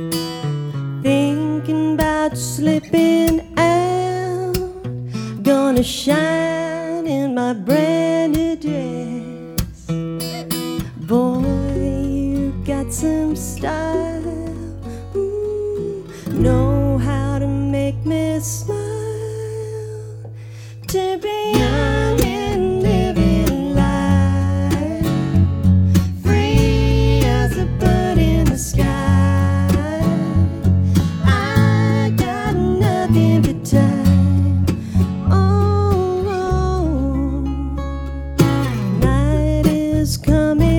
thinking about slipping out, gonna shine in my brand new dress. Boy, you got some style, mm, know how to make me smile. To be young and living life, free as a bird in the sky. I got nothing but time. Oh, oh. Night is coming.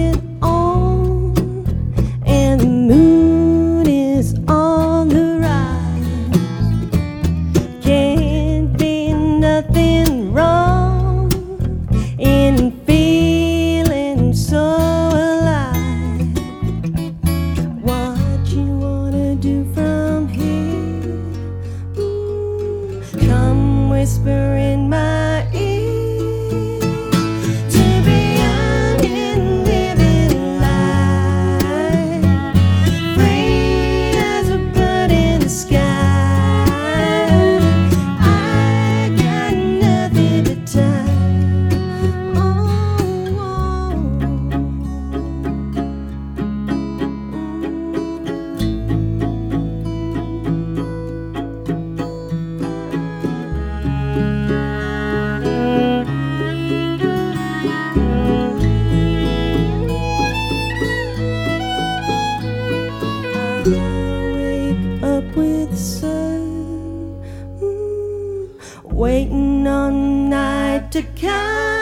Waiting on night to come.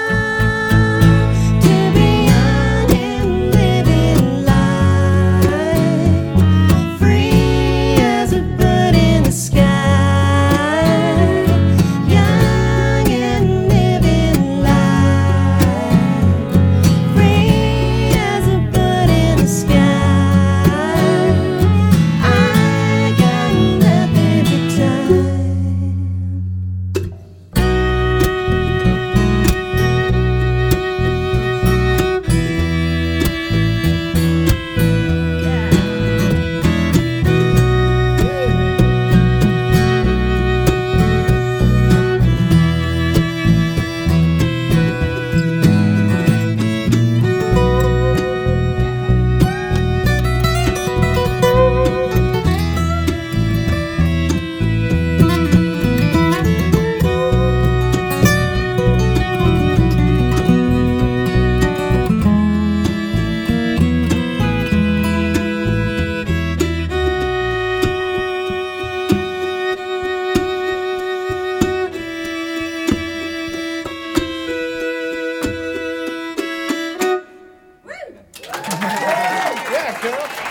Mike.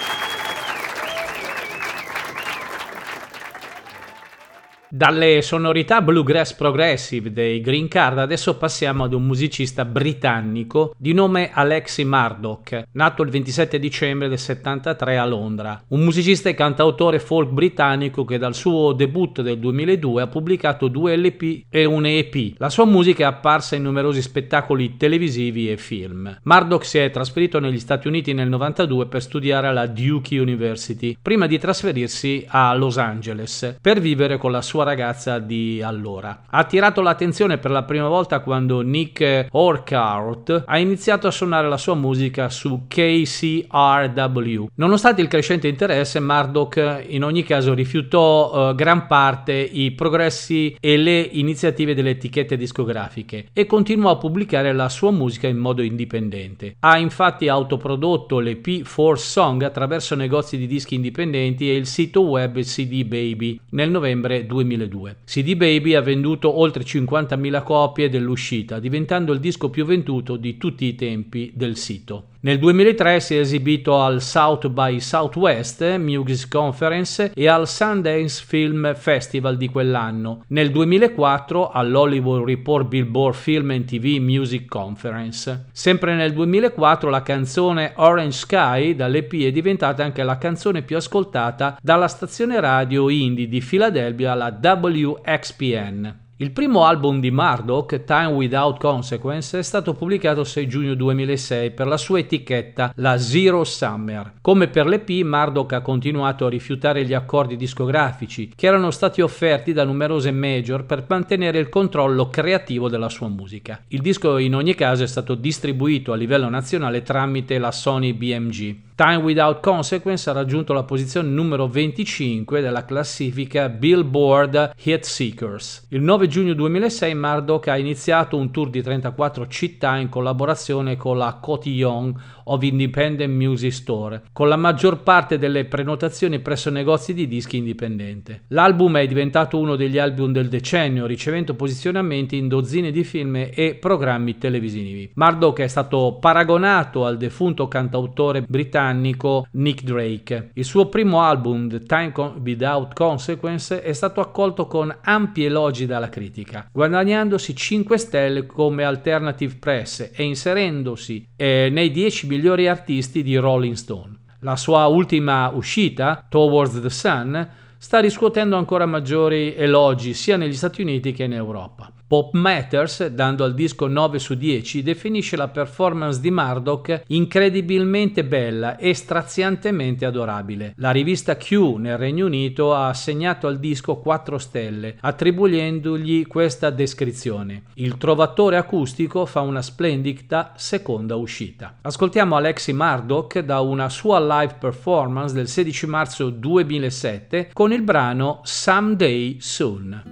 Dalle sonorità bluegrass progressive dei Green Card adesso passiamo ad un musicista britannico di nome Alexi Murdoch, nato il ventisette dicembre del settantatré a Londra. Un musicista e cantautore folk britannico che dal suo debutto del duemiladue ha pubblicato due L P e un E P. La sua musica è apparsa in numerosi spettacoli televisivi e film. Murdoch si è trasferito negli Stati Uniti nel novantadue per studiare alla Duke University, prima di trasferirsi a Los Angeles per vivere con la sua ragazza di allora. Ha attirato l'attenzione per la prima volta quando Nick Urquhart ha iniziato a suonare la sua musica su K C R W. Nonostante il crescente interesse, Murdoch in ogni caso rifiutò uh, gran parte i progressi e le iniziative delle etichette discografiche e continuò a pubblicare la sua musica in modo indipendente. Ha infatti autoprodotto l'E P Four Song attraverso negozi di dischi indipendenti e il sito web C D Baby nel novembre duemiladue. C D Baby ha venduto oltre cinquantamila copie dell'uscita, diventando il disco più venduto di tutti i tempi del sito. Nel duemilatré si è esibito al South by Southwest Music Conference e al Sundance Film Festival di quell'anno. Nel duemilaquattro all'Hollywood Report Billboard Film and T V Music Conference. Sempre nel duemilaquattro la canzone Orange Sky dall'E P è diventata anche la canzone più ascoltata dalla stazione radio indie di Filadelfia, la W X P N. Il primo album di Murdoch, Time Without Consequence, è stato pubblicato il sei giugno duemilasei per la sua etichetta, la Zero Summer. Come per l'E P, Murdoch ha continuato a rifiutare gli accordi discografici che erano stati offerti da numerose major per mantenere il controllo creativo della sua musica. Il disco in ogni caso è stato distribuito a livello nazionale tramite la Sony B M G. Time Without Consequence ha raggiunto la posizione numero venticinque della classifica Billboard Hit Seekers. Il nove giugno duemilasei Murdoch ha iniziato un tour di trentaquattro città in collaborazione con la Cotillon of Independent Music Store, con la maggior parte delle prenotazioni presso negozi di dischi indipendenti. L'album è diventato uno degli album del decennio, ricevendo posizionamenti in dozzine di film e programmi televisivi. Murdoch è stato paragonato al defunto cantautore britannico Nick Drake. Il suo primo album, The Time Without Consequence, è stato accolto con ampi elogi dalla critica, guadagnandosi cinque stelle come Alternative Press e inserendosi eh, nei dieci migliori artisti di Rolling Stone. La sua ultima uscita, Towards the Sun, sta riscuotendo ancora maggiori elogi sia negli Stati Uniti che in Europa. Pop Matters, dando al disco nove su dieci, definisce la performance di Murdoch incredibilmente bella e straziantemente adorabile. La rivista Q nel Regno Unito ha assegnato al disco quattro stelle, attribuendogli questa descrizione: il trovatore acustico fa una splendida seconda uscita. Ascoltiamo Alexi Murdoch da una sua live performance del sedici marzo duemilasette con il brano Someday Soon.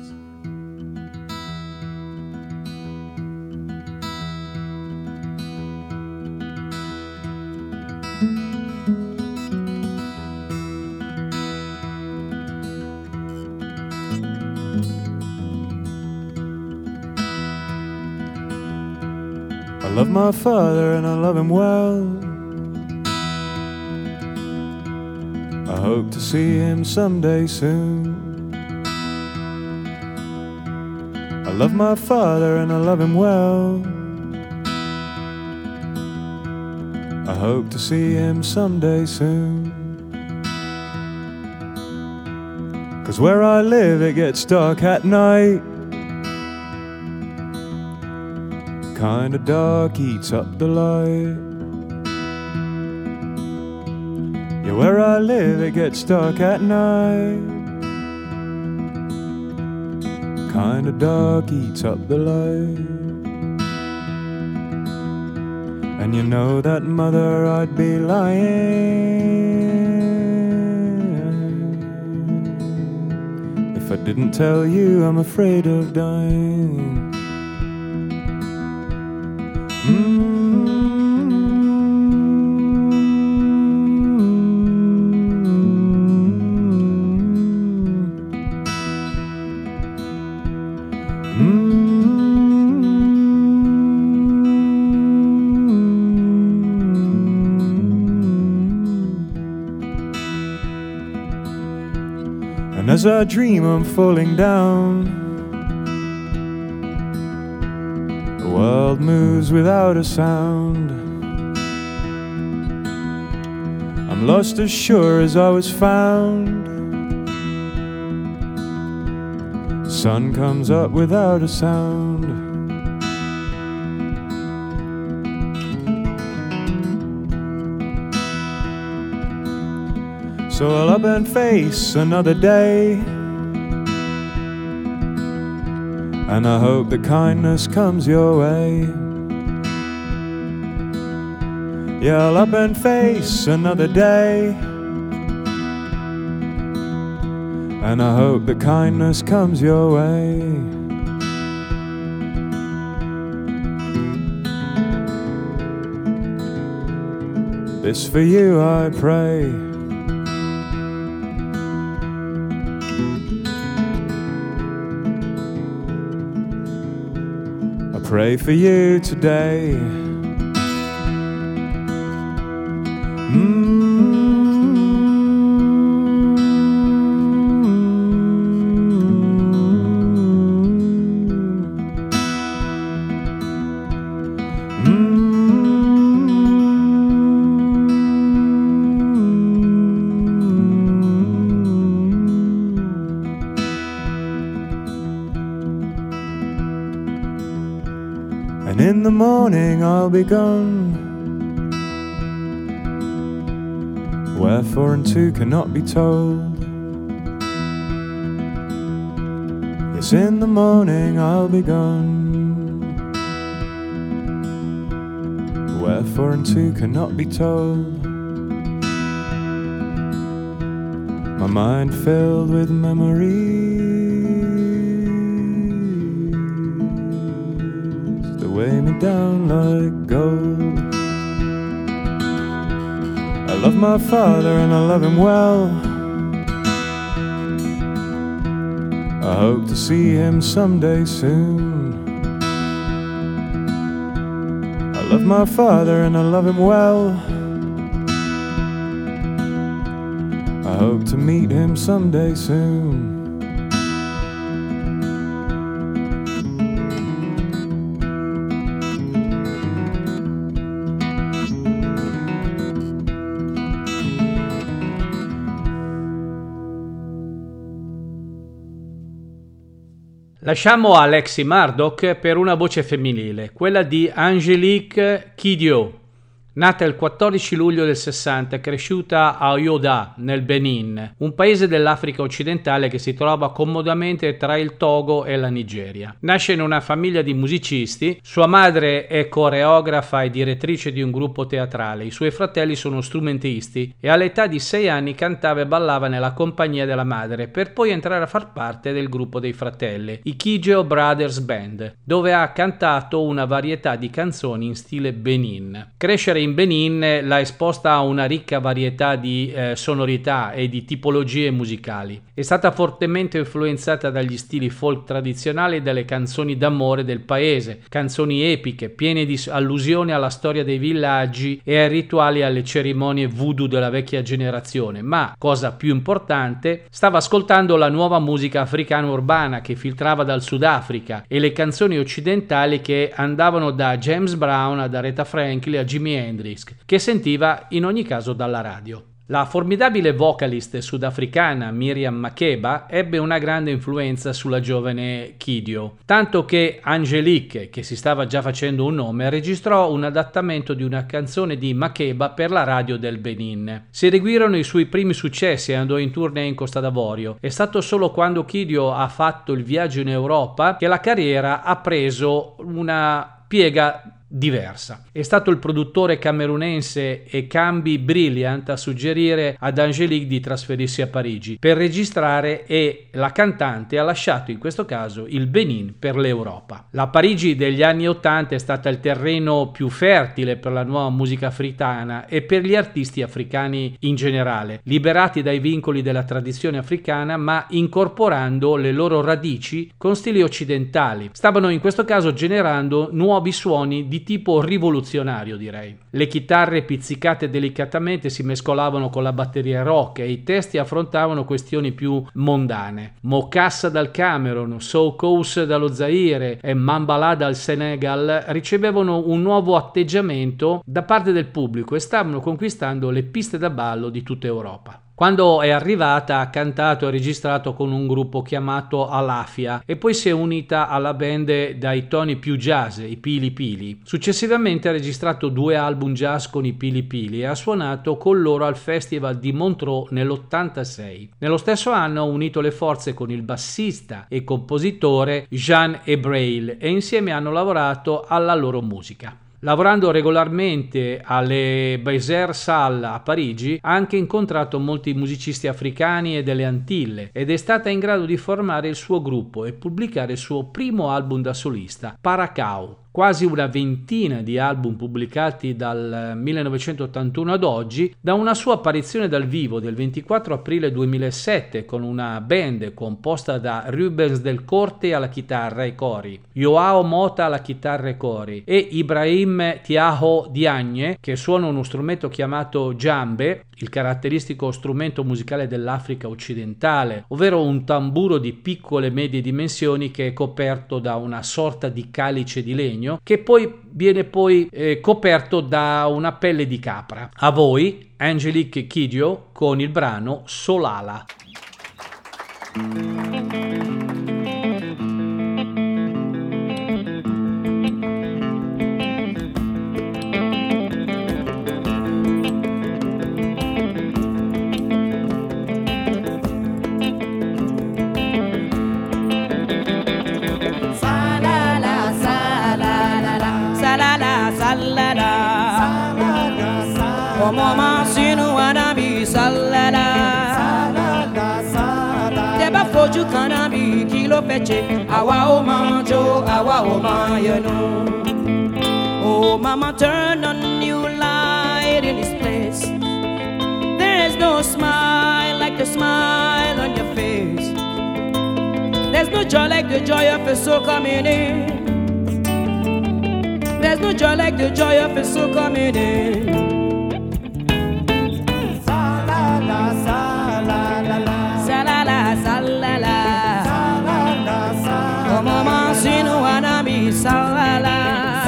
I love my father and I love him well. I hope to see him someday soon. I love my father and I love him well. I hope to see him someday soon. 'Cause where I live it gets dark at night. Kinda dark eats up the light. Yeah, where I live it gets dark at night. Kinda dark eats up the light. And you know that, mother, I'd be lying if I didn't tell you I'm afraid of dying. And as I dream I'm falling down, the world moves without a sound. I'm lost as sure as I was found. Sun comes up without a sound. So I'll up and face another day, and I hope that kindness comes your way. Yeah, I'll up and face another day, and I hope that kindness comes your way. This for you I pray. I pray for you today. And in the morning I'll be gone, where four and two cannot be told. Yes, in the morning I'll be gone, where four and two cannot be told. My mind filled with memories, weigh me down like gold. I love my father and I love him well. I hope to see him someday soon. I love my father and I love him well. I hope to meet him someday soon. Lasciamo Alexi Murdoch per una voce femminile, quella di Angélique Kidjo. Nata il quattordici luglio del sessanta, cresciuta a Yoda, nel Benin, un paese dell'Africa occidentale che si trova comodamente tra il Togo e la Nigeria. Nasce in una famiglia di musicisti, sua madre è coreografa e direttrice di un gruppo teatrale, i suoi fratelli sono strumentisti e all'età di sei anni cantava e ballava nella compagnia della madre, per poi entrare a far parte del gruppo dei fratelli, i Kidjo Brothers Band, dove ha cantato una varietà di canzoni in stile Benin. Crescere in Benin l'ha esposta a una ricca varietà di eh, sonorità e di tipologie musicali. È stata fortemente influenzata dagli stili folk tradizionali e dalle canzoni d'amore del paese, canzoni epiche, piene di allusioni alla storia dei villaggi e ai rituali e alle cerimonie voodoo della vecchia generazione, ma, cosa più importante, stava ascoltando la nuova musica africana urbana che filtrava dal Sudafrica e le canzoni occidentali che andavano da James Brown ad Aretha Franklin a Jimi Hendrix, che sentiva in ogni caso dalla radio. La formidabile vocalist sudafricana Miriam Makeba ebbe una grande influenza sulla giovane Kidjo, tanto che Angélique, che si stava già facendo un nome, registrò un adattamento di una canzone di Makeba per la radio del Benin. Si seguirono i suoi primi successi e andò in tournée in Costa d'Avorio. È stato solo quando Kidjo ha fatto il viaggio in Europa che la carriera ha preso una piega diversa. È stato il produttore camerunense Ekambi Brilliant a suggerire ad Angélique di trasferirsi a Parigi per registrare e la cantante ha lasciato in questo caso il Benin per l'Europa. La Parigi degli anni ottanta è stata il terreno più fertile per la nuova musica africana e per gli artisti africani in generale, liberati dai vincoli della tradizione africana ma incorporando le loro radici con stili occidentali. Stavano in questo caso generando nuovi suoni di tipo rivoluzionario, direi. Le chitarre pizzicate delicatamente si mescolavano con la batteria rock e i testi affrontavano questioni più mondane. Mokassa dal Camerun, Soul Coast dallo Zaire e Mambala dal Senegal ricevevano un nuovo atteggiamento da parte del pubblico e stavano conquistando le piste da ballo di tutta Europa. Quando è arrivata ha cantato e registrato con un gruppo chiamato Alafia e poi si è unita alla band dai toni più jazz, i Pili Pili. Successivamente ha registrato due album jazz con i Pili Pili e ha suonato con loro al Festival di Montreux nell'ottantasei. Nello stesso anno ha unito le forze con il bassista e compositore Jean Hebrail e insieme hanno lavorato alla loro musica. Lavorando regolarmente alle Baiser Salle a Parigi, ha anche incontrato molti musicisti africani e delle Antille ed è stata in grado di formare il suo gruppo e pubblicare il suo primo album da solista, Paracao. Quasi una ventina di album pubblicati dal millenovecentottantuno ad oggi, da una sua apparizione dal vivo del ventiquattro aprile duemilasette con una band composta da Rubens del Corte alla chitarra e cori, Joao Mota alla chitarra e cori e Ibrahim Tiaho Diagne, che suona uno strumento chiamato djembe, il caratteristico strumento musicale dell'Africa occidentale, ovvero un tamburo di piccole e medie dimensioni che è coperto da una sorta di calice di legno che poi viene poi eh, coperto da una pelle di capra. A voi Angelique Kidjo con il brano Solala. Oh mama sinu anabi salala Teba foju kanabi kilo peche Awa o manjo, awa o mayano Oh mama turn a new light in this place There is no smile like the smile on your face There's no joy like the joy of a soul coming in There's no joy like the joy of a soul coming in Oh mama sinu anami salala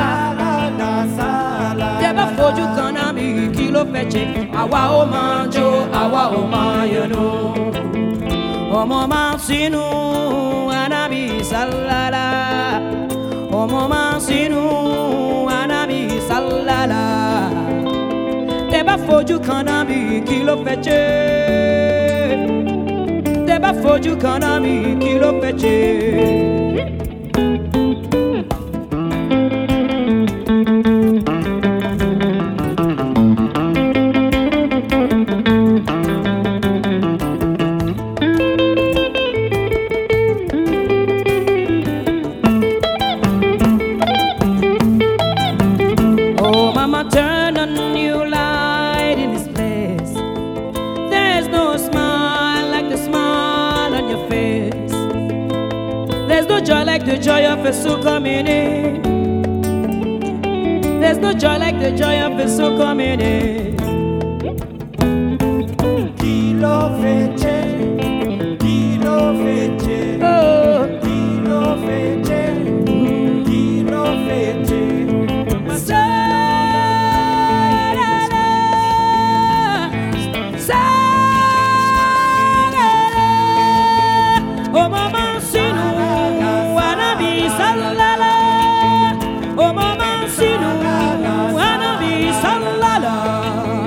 Teba foju kanami kilo peche Awa o manjo, awa o mayano Oh mama sinu anami salala Oh mama sinu anami salala Teba foju kanami kilo peche Teba foju kanami kilo peche Oh mama turn a new light in this place There's no smile like the smile on your face There's no joy like the joy of a soul coming in There's no joy like the joy of a soul coming in Kilo fece, kilo fece, Oh kilo fece, kilo fece. Oh mama sinu anabi salala Oh mama sinu anabi salala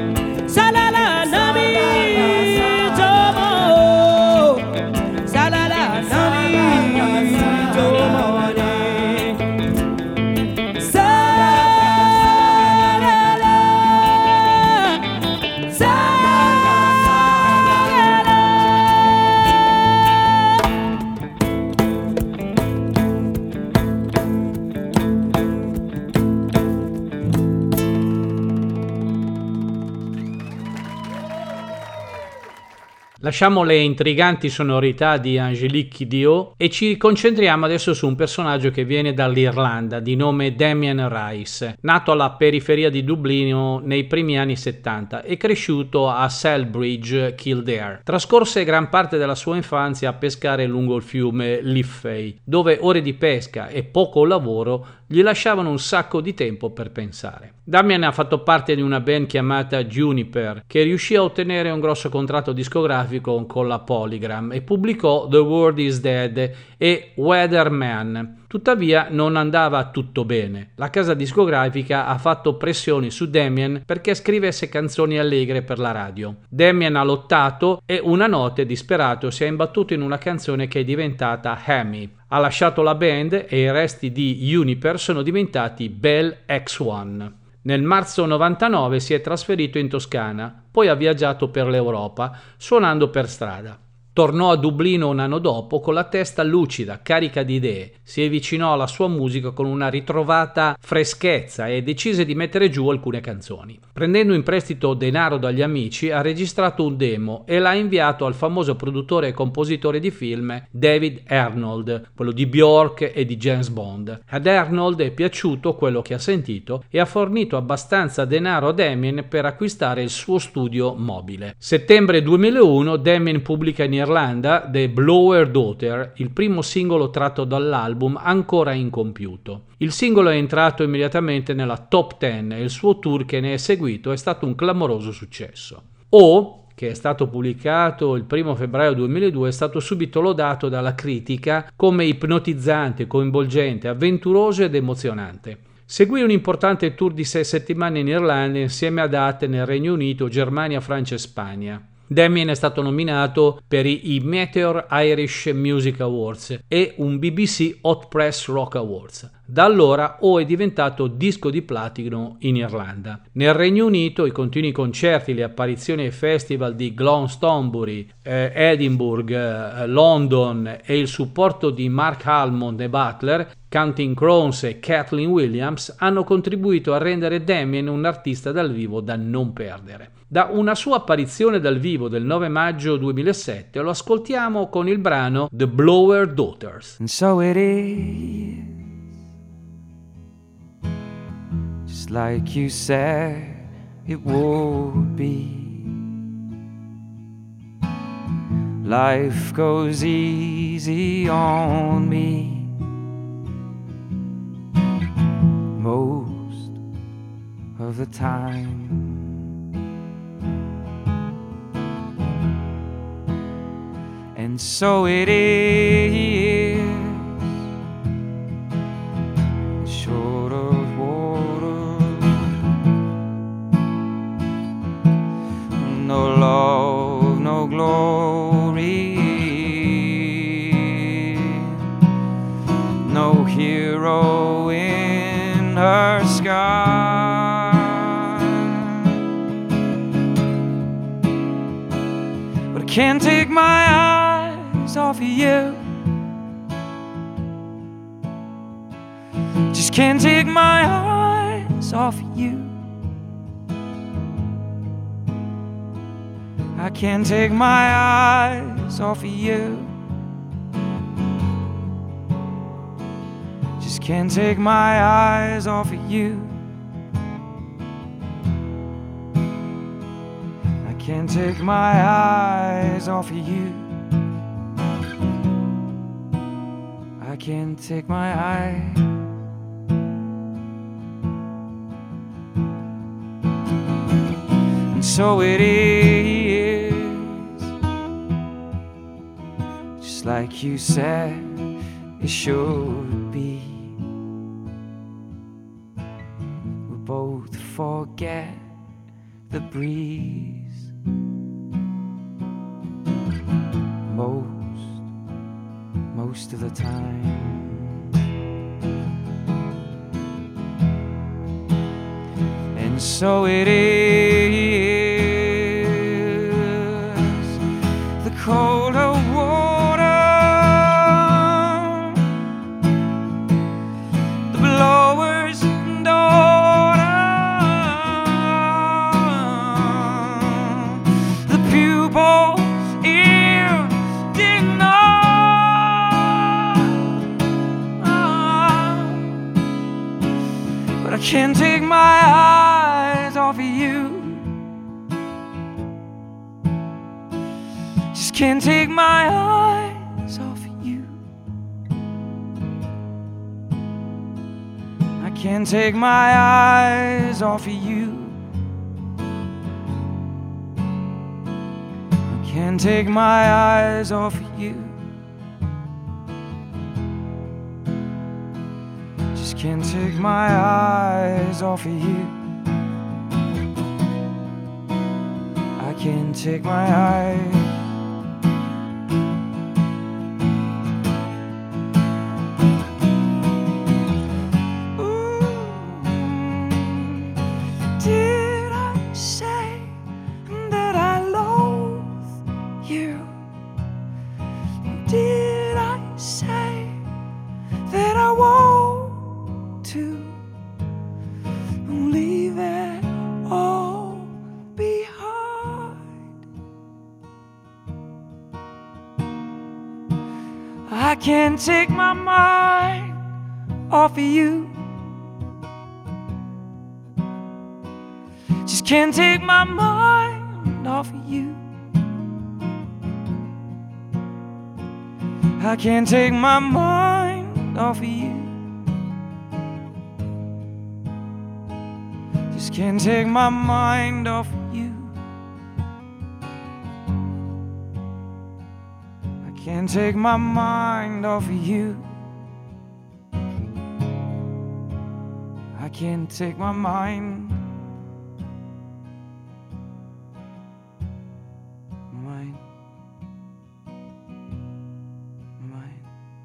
Lasciamo le intriganti sonorità di Angélique Kidjo e ci concentriamo adesso su un personaggio che viene dall'Irlanda di nome Damien Rice, nato alla periferia di Dublino nei primi anni settanta e cresciuto a Selbridge, Kildare. Trascorse gran parte della sua infanzia a pescare lungo il fiume Liffey, dove ore di pesca e poco lavoro gli lasciavano un sacco di tempo per pensare. Damien ha fatto parte di una band chiamata Juniper, che riuscì a ottenere un grosso contratto discografico con la Polygram e pubblicò The World Is Dead e Weatherman. Tuttavia non andava tutto bene. La casa discografica ha fatto pressioni su Damien perché scrivesse canzoni allegre per la radio. Damien ha lottato e una notte, disperato, si è imbattuto in una canzone che è diventata Hammy. Ha lasciato la band e i resti di Juniper sono diventati Bell X uno. Nel marzo novantanove si è trasferito in Toscana, poi ha viaggiato per l'Europa, suonando per strada. Tornò a Dublino un anno dopo con la testa lucida, carica di idee. Si avvicinò alla sua musica con una ritrovata freschezza e decise di mettere giù alcune canzoni. Prendendo in prestito denaro dagli amici, ha registrato un demo e l'ha inviato al famoso produttore e compositore di film David Arnold, quello di Bjork e di James Bond. Ad Arnold è piaciuto quello che ha sentito e ha fornito abbastanza denaro a Damien per acquistare il suo studio mobile. Settembre duemilauno Damien pubblica in Irlanda The Blower Daughter, il primo singolo tratto dall'album ancora incompiuto. Il singolo è entrato immediatamente nella top dieci e il suo tour che ne è seguito è stato un clamoroso successo. O, che è stato pubblicato il primo febbraio duemiladue, è stato subito lodato dalla critica come ipnotizzante, coinvolgente, avventuroso ed emozionante. Seguì un importante tour di sei settimane in Irlanda insieme a date nel Regno Unito, Germania, Francia e Spagna. Damien è stato nominato per i Meteor Irish Music Awards e un B B C Hot Press Rock Awards. Da allora O è diventato disco di platino in Irlanda. Nel Regno Unito i continui concerti, le apparizioni ai festival di Glastonbury, eh, Edinburgh, eh, London e il supporto di Mark Almond e Butler, Counting Crows e Kathleen Williams hanno contribuito a rendere Damien un artista dal vivo da non perdere. Da una sua apparizione dal vivo del nove maggio duemilasette lo ascoltiamo con il brano The Blower Daughters. And so it is, just like you said it would be. Life goes easy on me most of the time. And so it is, short of water, no love, no glory, no hero in her sky, but I can't take my eyes off of you. Just can't take my eyes off of you. I can't take my eyes off of you. Just can't take my eyes off of you. I can't take my eyes off of you. I can't take my eyes. And so it is, just like you said it should be. We both forget the breeze most, most of the time. And so it is, the colder water, the blower's daughter, the pupils can't take my eyes off of you. Just can't take my eyes off of you. I can't take my eyes off of you. I can't take my eyes off of you. Just can't take my eyes off of you. I can't take my eyes. I can't take my mind off of you. Just can't take my mind off of you. I can't take my mind off of you. Just can't take my mind off of you. Can't take my mind off of you. I can't take my mind. Mind. Mind.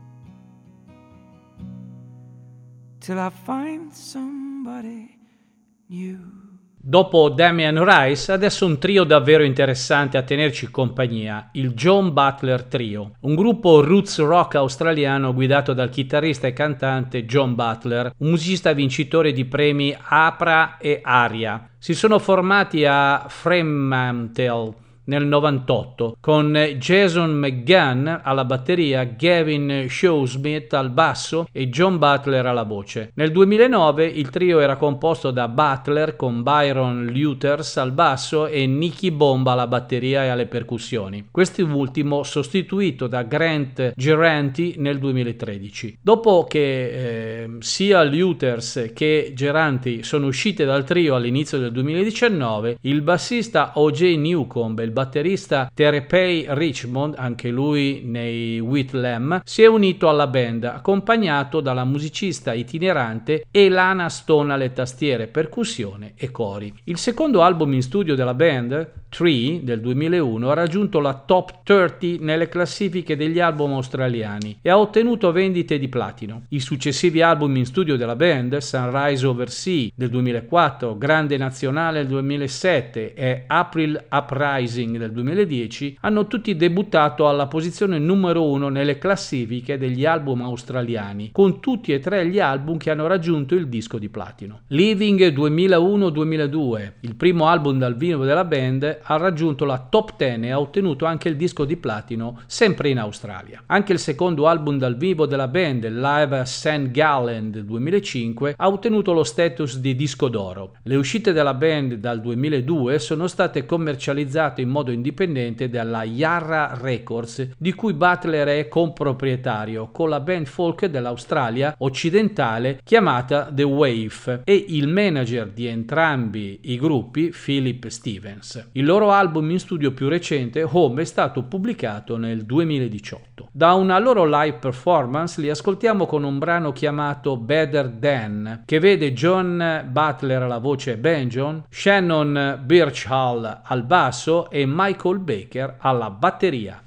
Till I find somebody new. Dopo Damien Rice, adesso un trio davvero interessante a tenerci compagnia, il John Butler Trio, un gruppo roots rock australiano guidato dal chitarrista e cantante John Butler, un musicista vincitore di premi APRA e ARIA. Si sono formati a Fremantle nel novantotto con Jason McGann alla batteria, Gavin Shawsmith al basso e John Butler alla voce. Nel duemilanove il trio era composto da Butler con Byron Luters al basso e Nicky Bomba alla batteria e alle percussioni, quest'ultimo sostituito da Grant Geranti nel duemilatredici. Dopo che eh, sia Luters che Geranti sono uscite dal trio all'inizio del duemiladiciannove, il bassista O J Newcomb e il batterista Terepay Richmond, anche lui nei Whitlam, si è unito alla band accompagnato dalla musicista itinerante Elana Stone alle tastiere, percussione e cori. Il secondo album in studio della band, Tree del duemilauno, ha raggiunto la top trenta nelle classifiche degli album australiani e ha ottenuto vendite di platino. I successivi album in studio della band, Sunrise Over Sea del duemilaquattro, Grande Nazionale del duemilasette e April Uprising del duemiladieci, hanno tutti debuttato alla posizione numero uno nelle classifiche degli album australiani, con tutti e tre gli album che hanno raggiunto il disco di platino. Living duemilauno duemiladue, il primo album dal vivo della band, ha raggiunto la top dieci e ha ottenuto anche il disco di platino sempre in Australia. Anche il secondo album dal vivo della band, Live a Saint Gallen del duemilacinque, ha ottenuto lo status di disco d'oro. Le uscite della band dal duemiladue sono state commercializzate in modo indipendente dalla Yarra Records, di cui Butler è comproprietario, con la band folk dell'Australia occidentale chiamata The Wave e il manager di entrambi i gruppi, Philip Stevens. Il loro album in studio più recente, Home, è stato pubblicato nel duemiladiciotto. Da una loro live performance li ascoltiamo con un brano chiamato Better Than, che vede John Butler alla voce e banjo, Shannon Birchall al basso e Michael Baker alla batteria.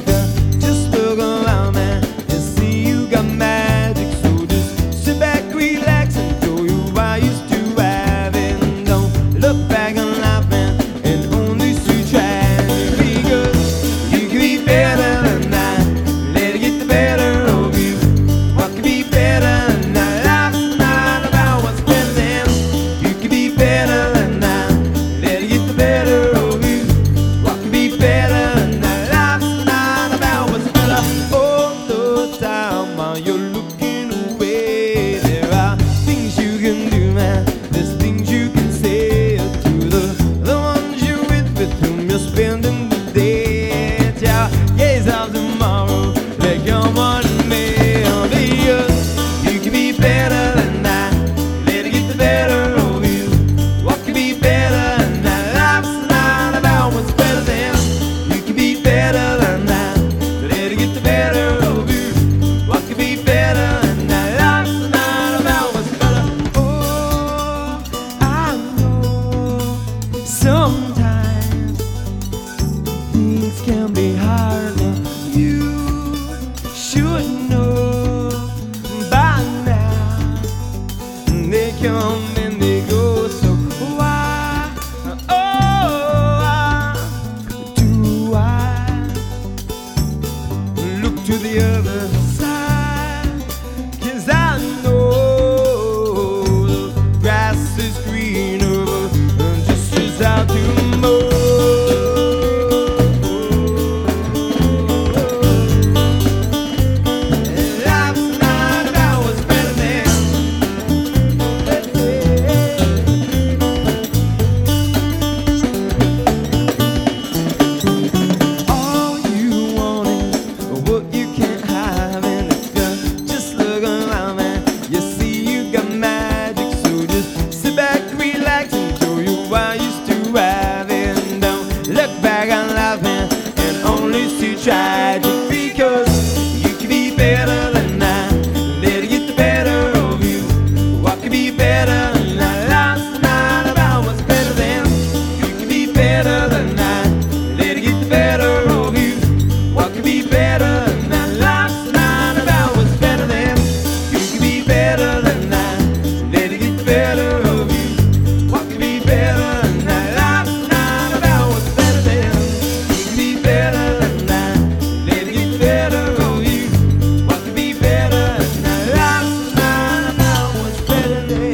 Magic, so just sit back, read you're looking away. There are things you can do, man. There's things you can say to the, the ones you're with, with whom you're spending the day. Ciao, gaze of tomorrow, let come on me. You can be better than that. Let it get the better of you. What can be better than that? Life's not about what's better than. You can be better than that. Let it get the better of you. What can be better than that? Life's not about what's better. Oh, I know sometimes things can be hard. You should know by now. They come and they go, so why, oh, why do I look to the other side? 'Cause I know the grass is greener just as I do more. Life's not about what's better than. All you want is what you can't have, and if you just look around, man, you see you got magic. So just sit back, relax, and show you what you used to have, and don't look back and laugh, man, and only see tragic. Because you can be better than that. Let it get the better of you. What can be better than that? Life's not about what's better than. You can be better than that. Let it get the better of you. What can be better than that? Life's not about what's better than. You can be better than that. Let it get the better of you. What can be better than that? Life's not about what's better than. You can be better than that. Let it get the better of you. What can be better than that? Life's not about what's better than.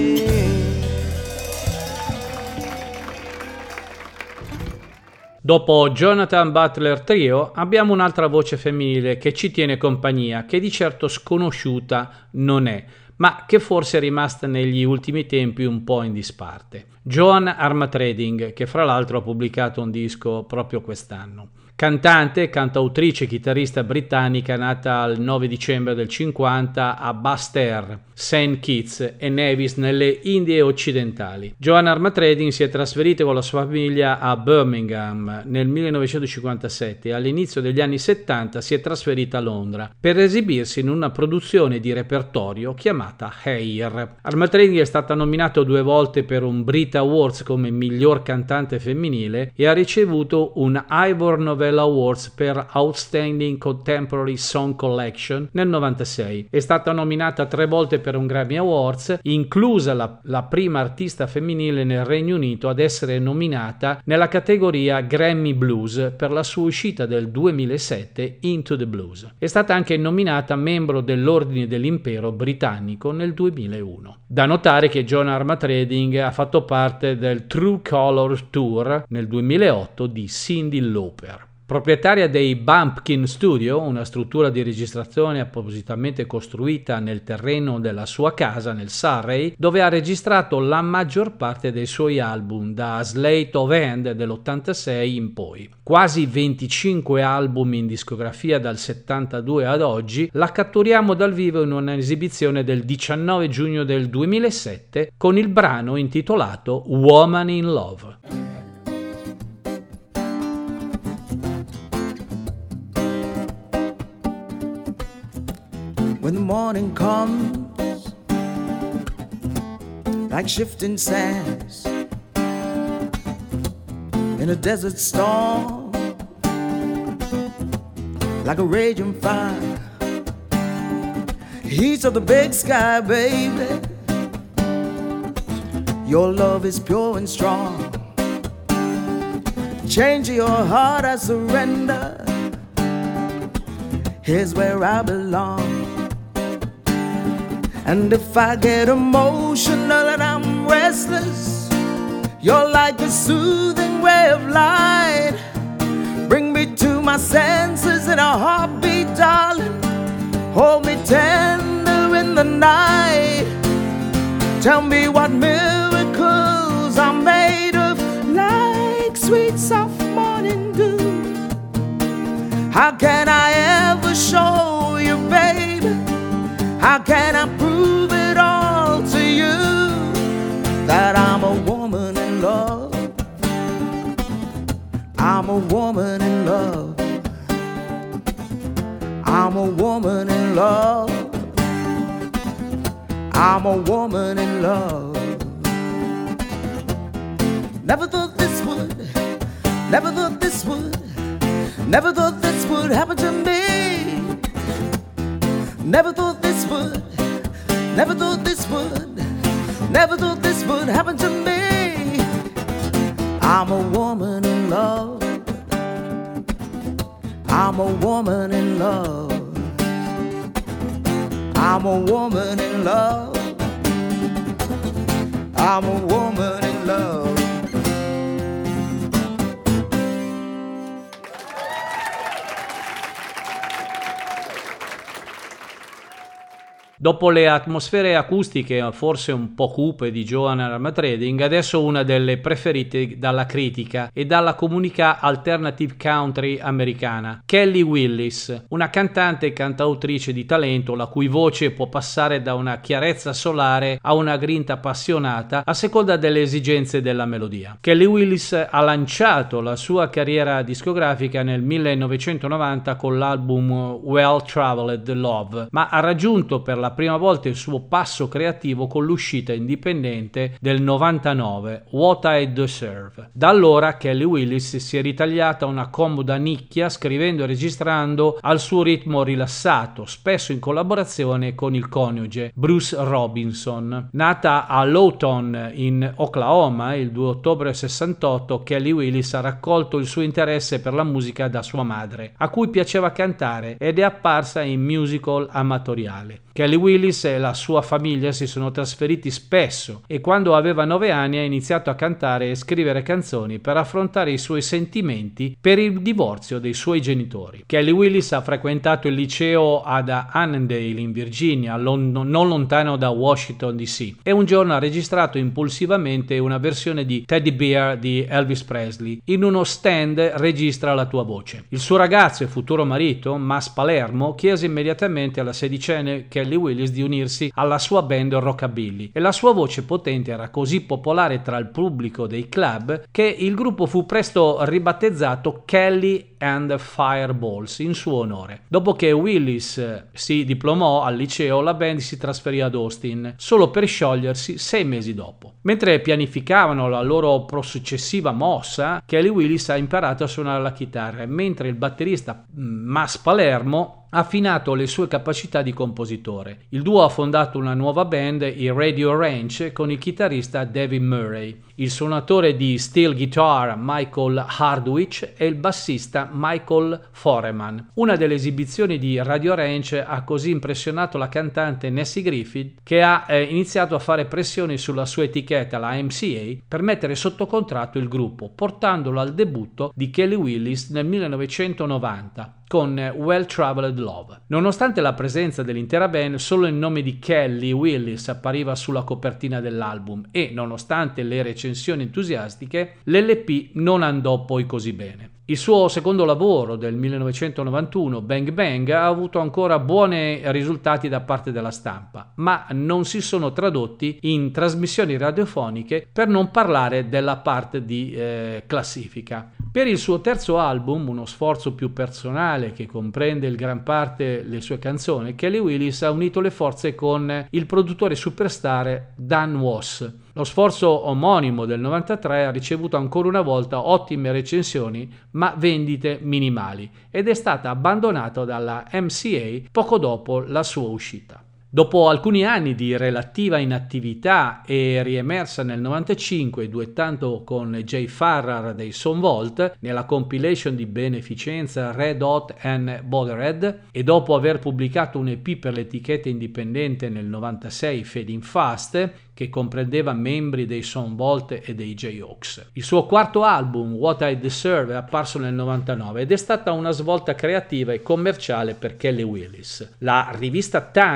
Dopo Jonathan Butler Trio abbiamo un'altra voce femminile che ci tiene compagnia, che di certo sconosciuta non è, ma che forse è rimasta negli ultimi tempi un po' in disparte. Joan Armatrading, che fra l'altro ha pubblicato un disco proprio quest'anno. Cantante, cantautrice e chitarrista britannica nata il nove dicembre del cinquanta a Basseterre, Saint Kitts e Nevis nelle Indie occidentali. Joan Armatrading si è trasferita con la sua famiglia a Birmingham nel millenovecentocinquantasette e all'inizio degli anni settanta si è trasferita a Londra per esibirsi in una produzione di repertorio chiamata Hair. Armatrading è stata nominata due volte per un Brit Awards come miglior cantante femminile e ha ricevuto un Ivor Novello Awards per Outstanding Contemporary Song Collection nel novantasei. È stata nominata tre volte per un Grammy Awards, inclusa la, la prima artista femminile nel Regno Unito ad essere nominata nella categoria Grammy Blues per la sua uscita del duemilasette Into the Blues. È stata anche nominata membro dell'Ordine dell'Impero britannico nel duemilauno. Da notare che Joan Armatrading ha fatto parte del True Color Tour nel duemilaotto di Cyndi Lauper. Proprietaria dei Bumpkin Studio, una struttura di registrazione appositamente costruita nel terreno della sua casa nel Surrey, dove ha registrato la maggior parte dei suoi album da Slate of Hand dell'ottantasei in poi. Quasi venticinque album in discografia dal settantadue ad oggi, la catturiamo dal vivo in un'esibizione del diciannove giugno del duemilasette con il brano intitolato Woman in Love. When the morning comes, like shifting sands in a desert storm, like a raging fire, heat of the big sky, baby, your love is pure and strong. Change your heart, I surrender. Here's where I belong. And if I get emotional and I'm restless, you're like a soothing ray of light. Bring me to my senses in a heartbeat, darling. Hold me tender the night. Tell me what miracles are made of, like sweet soft morning dew. How can I ever show you, baby? How can I prove it all to you that I'm a woman in love? I'm a woman in love. I'm a woman in love. I'm a woman in love. Never thought this would, never thought this would, never thought this would happen to me. Never thought this would, never thought this would, never thought this would happen to me. I'm a woman in love. I'm a woman in love. I'm a woman in love. I'm a woman in love. Dopo le atmosfere acustiche forse un po' cupe di Joan Armatrading, adesso una delle preferite dalla critica e dalla comunità alternative country americana, Kelly Willis, una cantante e cantautrice di talento la cui voce può passare da una chiarezza solare a una grinta appassionata a seconda delle esigenze della melodia. Kelly Willis ha lanciato la sua carriera discografica nel millenovecentonovanta con l'album Well Traveled Love, ma ha raggiunto per la prima volta il suo passo creativo con l'uscita indipendente del novantanove, What I Deserve. Da allora Kelly Willis si è ritagliata una comoda nicchia scrivendo e registrando al suo ritmo rilassato, spesso in collaborazione con il coniuge Bruce Robinson. Nata a Lawton in Oklahoma il due ottobre sessantotto, Kelly Willis ha raccolto il suo interesse per la musica da sua madre, a cui piaceva cantare, ed è apparsa in musical amatoriali. Kelly Willis e la sua famiglia si sono trasferiti spesso e quando aveva nove anni ha iniziato a cantare e scrivere canzoni per affrontare i suoi sentimenti per il divorzio dei suoi genitori. Kelly Willis ha frequentato il liceo ad Annandale in Virginia, non lontano da Washington D C, e un giorno ha registrato impulsivamente una versione di Teddy Bear di Elvis Presley. In uno stand registra la tua voce. Il suo ragazzo e futuro marito, Mas Palermo, chiese immediatamente alla sedicenne Kelly Willis di unirsi alla sua band rockabilly e la sua voce potente era così popolare tra il pubblico dei club che il gruppo fu presto ribattezzato Kelly and the Fireballs in suo onore. Dopo che Willis si diplomò al liceo, la band si trasferì ad Austin solo per sciogliersi sei mesi dopo. Mentre pianificavano la loro successiva mossa, Kelly Willis ha imparato a suonare la chitarra, mentre il batterista Mas Palermo ha affinato le sue capacità di compositore. Il duo ha fondato una nuova band, i Radio Ranch, con il chitarrista David Murray, il suonatore di steel guitar Michael Hardwich e il bassista Michael Foreman. Una delle esibizioni di Radio Ranch ha così impressionato la cantante Nancy Griffith che ha eh, iniziato a fare pressioni sulla sua etichetta, la M C A, per mettere sotto contratto il gruppo, portandolo al debutto di Kelly Willis nel millenovecentonovanta con Well Traveled Love. Nonostante la presenza dell'intera band, solo il nome di Kelly Willis appariva sulla copertina dell'album e, nonostante le recensioni entusiastiche, l'L P non andò poi così bene. Il suo secondo lavoro del millenovecentonovantuno, Bang Bang, ha avuto ancora buoni risultati da parte della stampa, ma non si sono tradotti in trasmissioni radiofoniche, per non parlare della parte di eh, classifica. Per il suo terzo album, uno sforzo più personale che comprende in gran parte le sue canzoni, Kelly Willis ha unito le forze con il produttore superstar Dan Was. Lo sforzo omonimo del novantatré ha ricevuto ancora una volta ottime recensioni, ma vendite minimali, ed è stata abbandonata dalla M C A poco dopo la sua uscita. Dopo alcuni anni di relativa inattività è riemersa nel novantacinque duettando con Jay Farrar dei Son Volt nella compilation di beneficenza Red Hot and Bothered, e dopo aver pubblicato un E P per l'etichetta indipendente nel novantasei, Fading Fast, che comprendeva membri dei Son Volt e dei Jayhawks. Il suo quarto album, What I Deserve, è apparso nel novantanove ed è stata una svolta creativa e commerciale per Kelly Willis. La rivista Time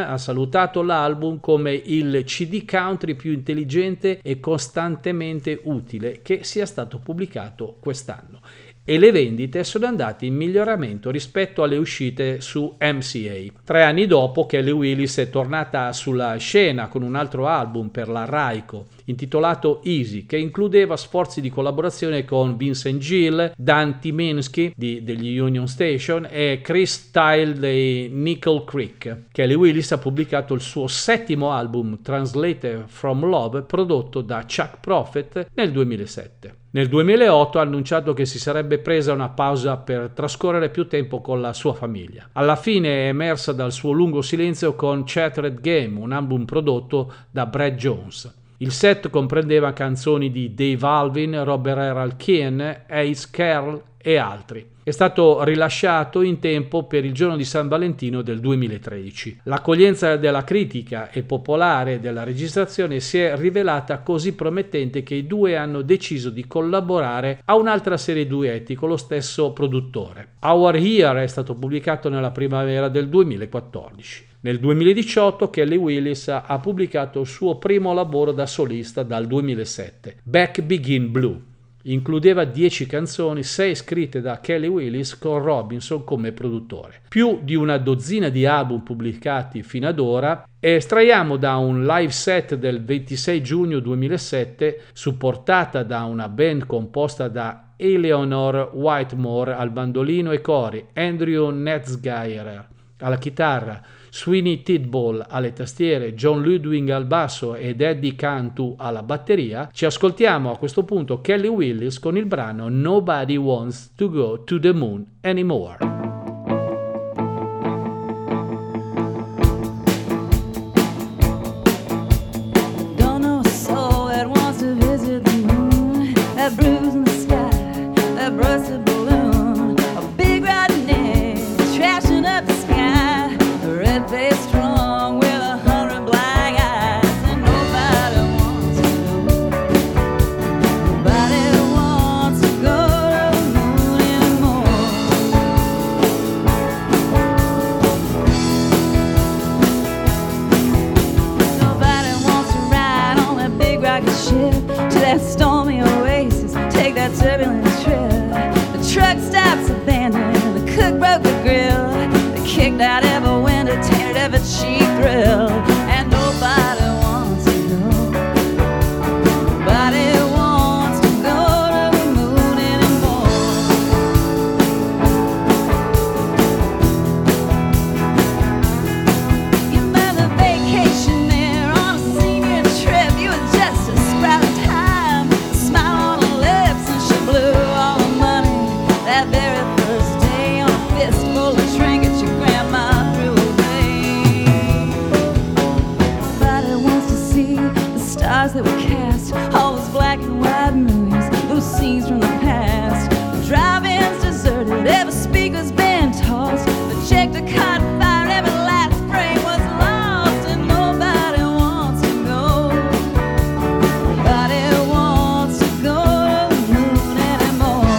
ha salutato l'album come il C D country più intelligente e costantemente utile che sia stato pubblicato quest'anno, e le vendite sono andate in miglioramento rispetto alle uscite su M C A. Tre anni dopo, Kelly Willis è tornata sulla scena con un altro album per la Raiko intitolato Easy, che includeva sforzi di collaborazione con Vincent Gill, Dan Tyminski di, degli Union Station e Chris Style dei Nickel Creek. Kelly Willis ha pubblicato il suo settimo album Translated from Love, prodotto da Chuck Prophet nel duemilasette. Nel duemilaotto ha annunciato che si sarebbe presa una pausa per trascorrere più tempo con la sua famiglia. Alla fine è emersa dal suo lungo silenzio con Shattered Game, un album prodotto da Brad Jones. Il set comprendeva canzoni di Dave Alvin, Robert Earl Keen, Ace Carl e altri. È stato rilasciato in tempo per il giorno di San Valentino del duemilatredici. L'accoglienza della critica e popolare della registrazione si è rivelata così promettente che i due hanno deciso di collaborare a un'altra serie duetti con lo stesso produttore. Our Year è stato pubblicato nella primavera del duemilaquattordici. Nel duemiladiciotto Kelly Willis ha pubblicato il suo primo lavoro da solista dal duemilasette, Back Begin Blue. Includeva dieci canzoni, sei scritte da Kelly Willis con Robinson come produttore. Più di una dozzina di album pubblicati fino ad ora, e estraiamo da un live set del ventisei giugno duemilasette, supportata da una band composta da Eleanor Whitmore al bandolino e cori, Andrew Netzgeier alla chitarra, Sweeney Tidball alle tastiere, John Ludwig al basso ed Eddie Cantu alla batteria. Ci ascoltiamo a questo punto Kelly Willis con il brano Nobody Wants to Go to the Moon Anymore. Don't know a soul that wants to visit the moon. That bruise in the sky, that busted balloon, a big rotten egg trashing up the sky, a red face strong with a hundred black eyes, and nobody wants to go. Nobody wants to go to the moon anymore. Nobody wants to ride on that big rocket ship to that stormy oasis, take that turbulent trip. The truck stops abandoned, the cook broke the grill, they kicked out every window, tainted every cheap thrill, and nobody wants to go. Nobody wants to go to the moon anymore. You remember vacation there on a senior trip, you were just a sprout of time, a smile on her lips, and she blew all the money that very first day on a fistful of trinkets your grandma threw away. Nobody wants to see the stars that were cast, all those black and white movies, those scenes from the past. The drive-ins deserted, every speaker's been tossed, the check to caught fire, every light spring was lost, and nobody wants to go. Nobody wants to go to the moon anymore.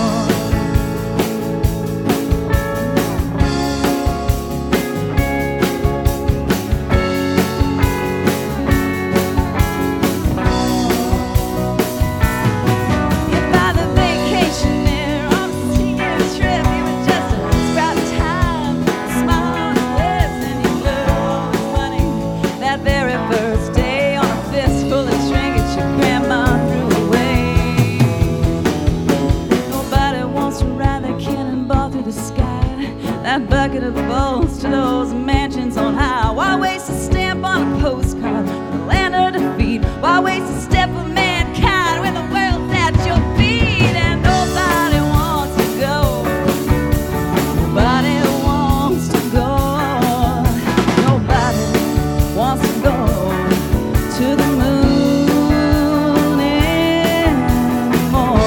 If by the vacation there on a senior trip, you were just a sprout of time, a smile on your lips, and you blew all the money that very first day on a fistful of trinkets your grandma threw away. Nobody wants to ride that cannonball through the sky, that bucket of bolts to those mansions on high. Why waste a stamp on a postcard, the land of defeat? Why waste a step of mankind when the world's at your feet? And nobody wants to go. Nobody wants to go. Nobody wants to go to the moon anymore.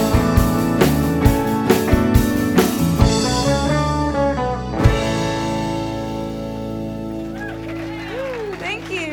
Thank you.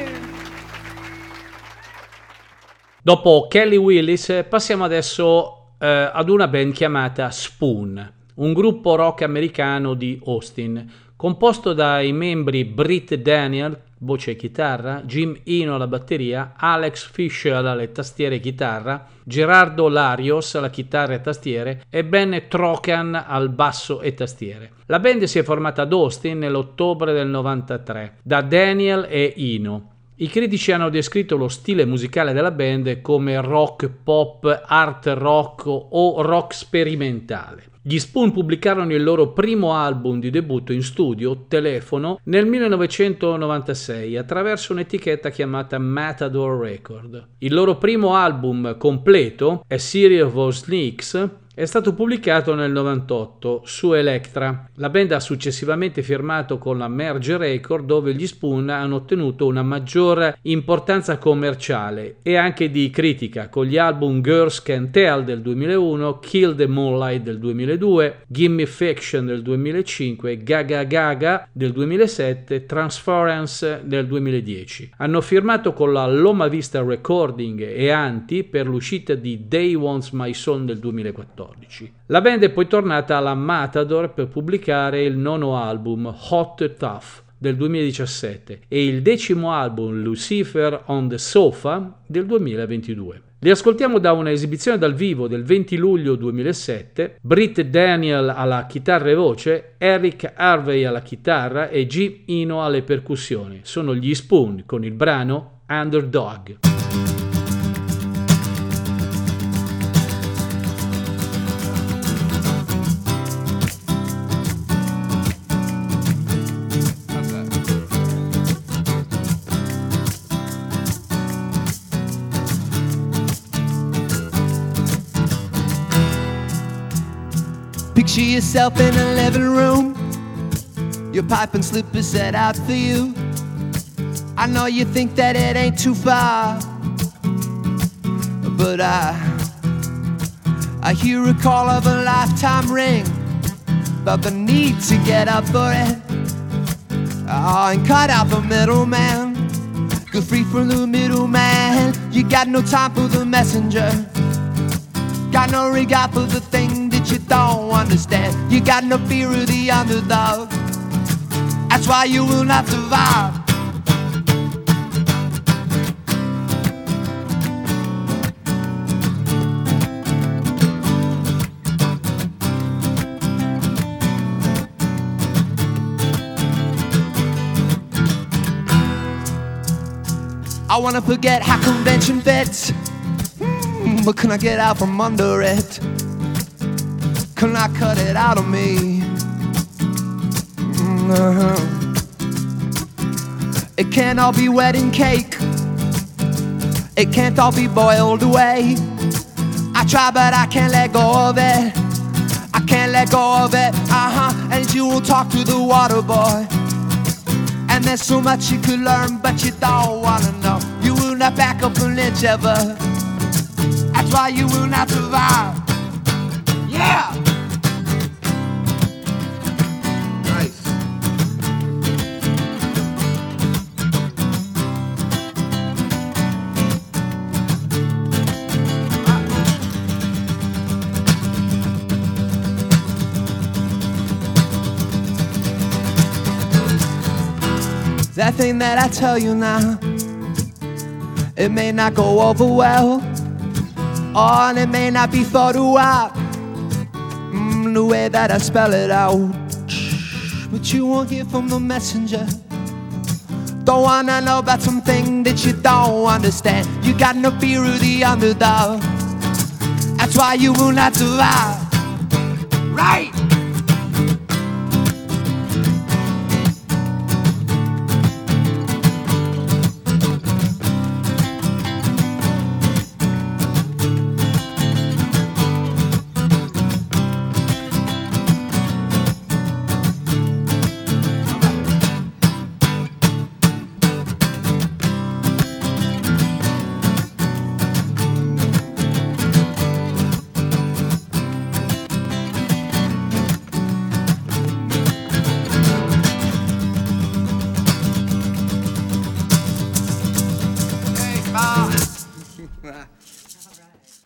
Dopo Kelly Willis passiamo adesso eh, ad una band chiamata Spoon, un gruppo rock americano di Austin, composto dai membri Britt Daniel, voce e chitarra, Jim Eno alla batteria, Alex Fisher alle tastiere e chitarra, Gerardo Larios alla chitarra e tastiere e Ben Trocan al basso e tastiere. La band si è formata ad Austin nell'ottobre del novantatré da Daniel e Eno. I critici hanno descritto lo stile musicale della band come rock, pop, art rock o rock sperimentale. Gli Spoon pubblicarono il loro primo album di debutto in studio, Telefono, nel millenovecentonovantasei attraverso un'etichetta chiamata Matador Record. Il loro primo album completo, A Series of Sneaks, è stato pubblicato nel novantotto su Elektra. La band ha successivamente firmato con la Merge Record, dove gli Spoon hanno ottenuto una maggiore importanza commerciale e anche di critica, con gli album Girls Can Tell del duemilauno, Kill the Moonlight del duemiladue, Gimme Fiction del duemilacinque, Gaga Gaga del duemilasette, Transference del duemiladieci. Hanno firmato con la Loma Vista Recording e Anti per l'uscita di They Wants My Son del duemilaquattordici. La band è poi tornata alla Matador per pubblicare il nono album Hot Tough del duemiladiciassette e il decimo album Lucifer on the Sofa del duemilaventidue. Li ascoltiamo da una esibizione dal vivo del venti luglio duemilasette, Britt Daniel alla chitarra e voce, Eric Harvey alla chitarra e Jim Eno alle percussioni. Sono gli Spoon con il brano Underdog. Picture yourself in a living room, your pipe and slippers set out for you. I know you think that it ain't too far, but I I hear a call of a lifetime ring, but the need to get up for it. Oh, and cut out the middleman, go free from the middleman. You got no time for the messenger, got no regard for the thing that you don't understand. You got no fear of the underdog, that's why you will not survive. I wanna forget how convention fits, but can I get out from under it? Can I cut it out of me? Uh-huh. It can't all be wedding cake, it can't all be boiled away. I try but I can't let go of it, I can't let go of it. Uh-huh. And you will talk to the water boy, and there's so much you could learn, but you don't wanna know. You will not back up an inch ever, that's why you will not survive. Yeah! Nice. That thing that I tell you now, it may not go over well, or it may not be thought out mm, the way that I spell it out. But you won't hear from the messenger, don't wanna know about something that you don't understand. You got no fear of the underdog, that's why you will not survive. Right!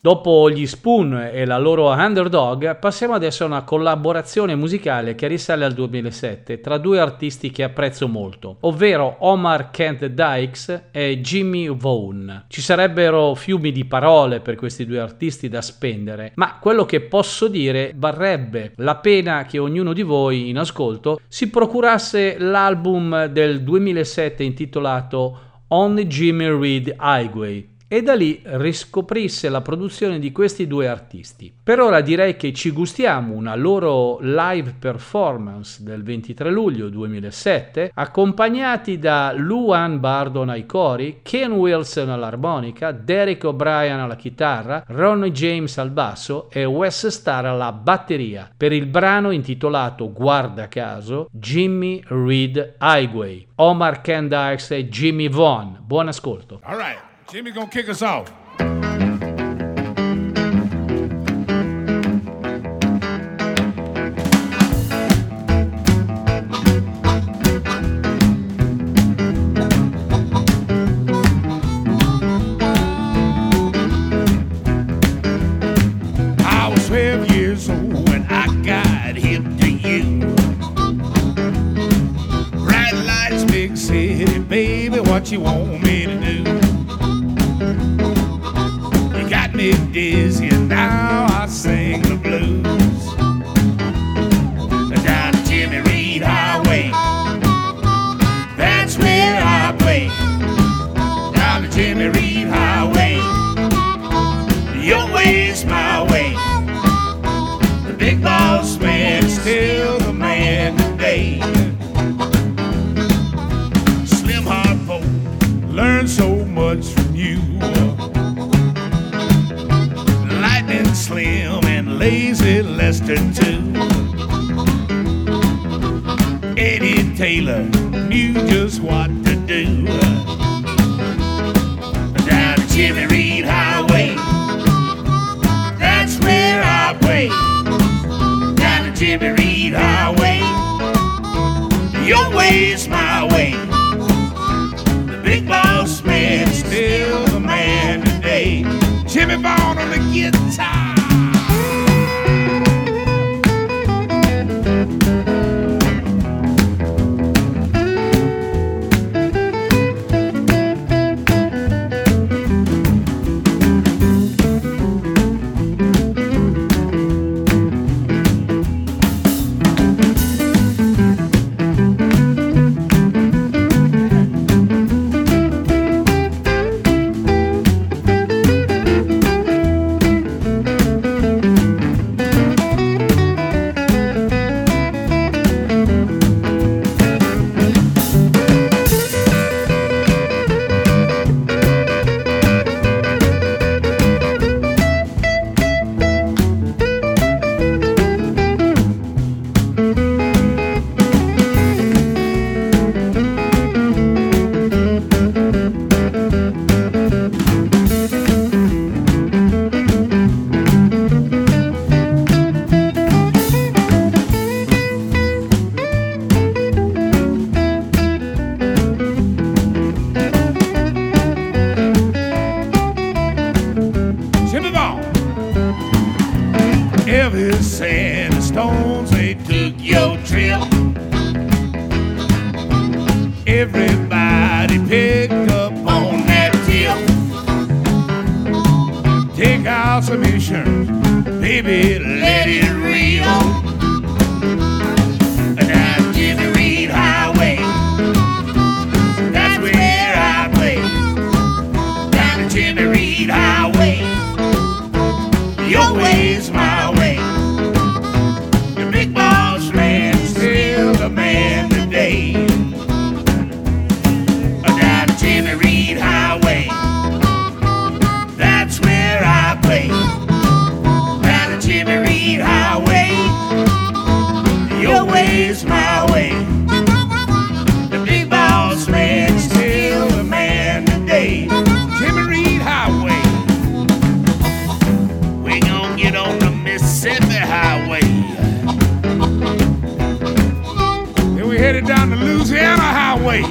Dopo gli Spoon e la loro Underdog, passiamo adesso a una collaborazione musicale che risale al duemilasette tra due artisti che apprezzo molto, ovvero Omar Kent Dykes e Jimmy Vaughan. Ci sarebbero fiumi di parole per questi due artisti da spendere, ma quello che posso dire varrebbe la pena che ognuno di voi in ascolto si procurasse l'album del duemilasette intitolato On the Jimmy Reed Highway e da lì riscoprisse la produzione di questi due artisti. Per ora direi che ci gustiamo una loro live performance del ventitré luglio duemilasette, accompagnati da Luan Bardon ai cori, Ken Wilson all'armonica, Derek O'Brien alla chitarra, Ronnie James al basso e Wes Starr alla batteria, per il brano intitolato, guarda caso, Jimmy Reed Highway. Omar Kent Dykes e Jimmy Vaughan. Buon ascolto. All right. Jimmy gonna kick us off. I was twelve years old when I got hip to you. Bright lights, big city, baby, what you want me to do? Me dizzy and now I sing the blues. Down the Jimmy Reed Highway, that's where I play. Down the Jimmy Reed Highway, your way's my way. The big boss man is still the man today. Slim Harpo learned so much from you. Slim and lazy Lester too. Eddie Taylor knew just what to do. Down the Jimmy Reed Highway, that's where I play. Down the Jimmy Reed Highway, your way's my way. The big boss man is still the man today. Jimmy Vaughan on the guitar. Everybody pick up on that tip. Take out some insurance, baby, let it reel. Down Jimmy Reed Highway, that's where I play. Down the Jimmy Reed Highway, your way's my way. The big boss man is still the man today. Jimmy Reed Highway, that's where I play. Down the Jimmy Reed Highway, your way's my way. The big boss man is still the man today. Jimmy Reed Highway, we gon' get on the Mississippi Highway. Then we headed down the Louisiana Highway.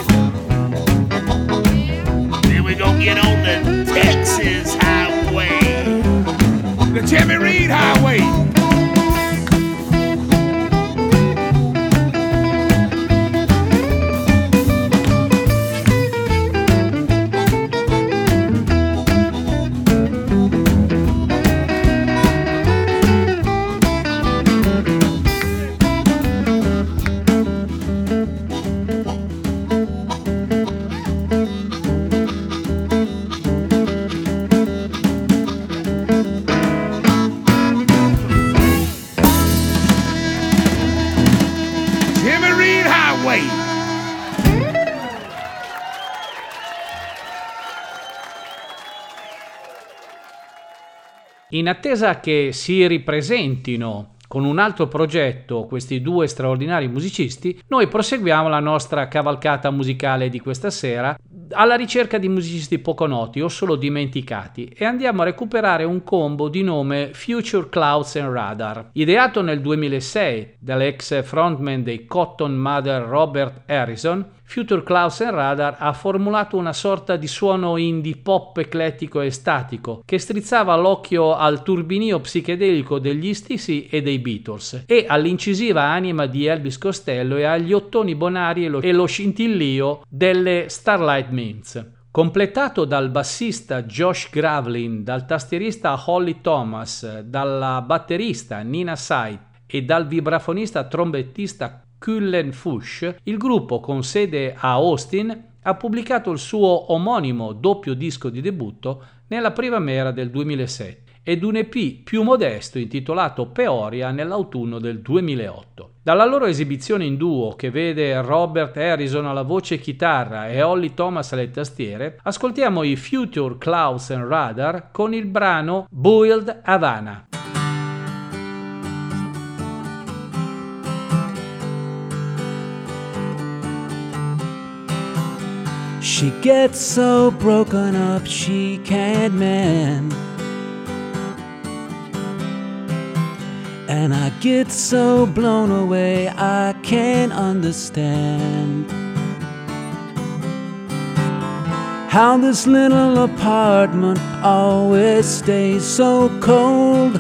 Then we gon' get on the Texas Highway. In attesa che si ripresentino con un altro progetto questi due straordinari musicisti, noi proseguiamo la nostra cavalcata musicale di questa sera alla ricerca di musicisti poco noti o solo dimenticati e andiamo a recuperare un combo di nome Future Clouds and Radar. Ideato nel duemilasei dall'ex frontman dei Cotton Mather Robert Harrison, Future Clouds and Radar ha formulato una sorta di suono indie pop eclettico e statico che strizzava l'occhio al turbinio psichedelico degli Stisi e dei Beatles e all'incisiva anima di Elvis Costello e agli ottoni bonari e lo, e lo scintillio delle Starlight Mints. Completato dal bassista Josh Gravlin, dal tastierista Holly Thomas, dalla batterista Nina Said e dal vibrafonista trombettista Cullen Fuchs, il gruppo con sede a Austin ha pubblicato il suo omonimo doppio disco di debutto nella primavera del duemilasette ed un E P più modesto intitolato Peoria nell'autunno del duemilaotto. Dalla loro esibizione in duo, che vede Robert Harrison alla voce e chitarra e Holly Thomas alle tastiere, ascoltiamo i Future Clouds and Radar con il brano Build Havana. She gets so broken up she can't mend, and I get so blown away I can't understand how this little apartment always stays so cold.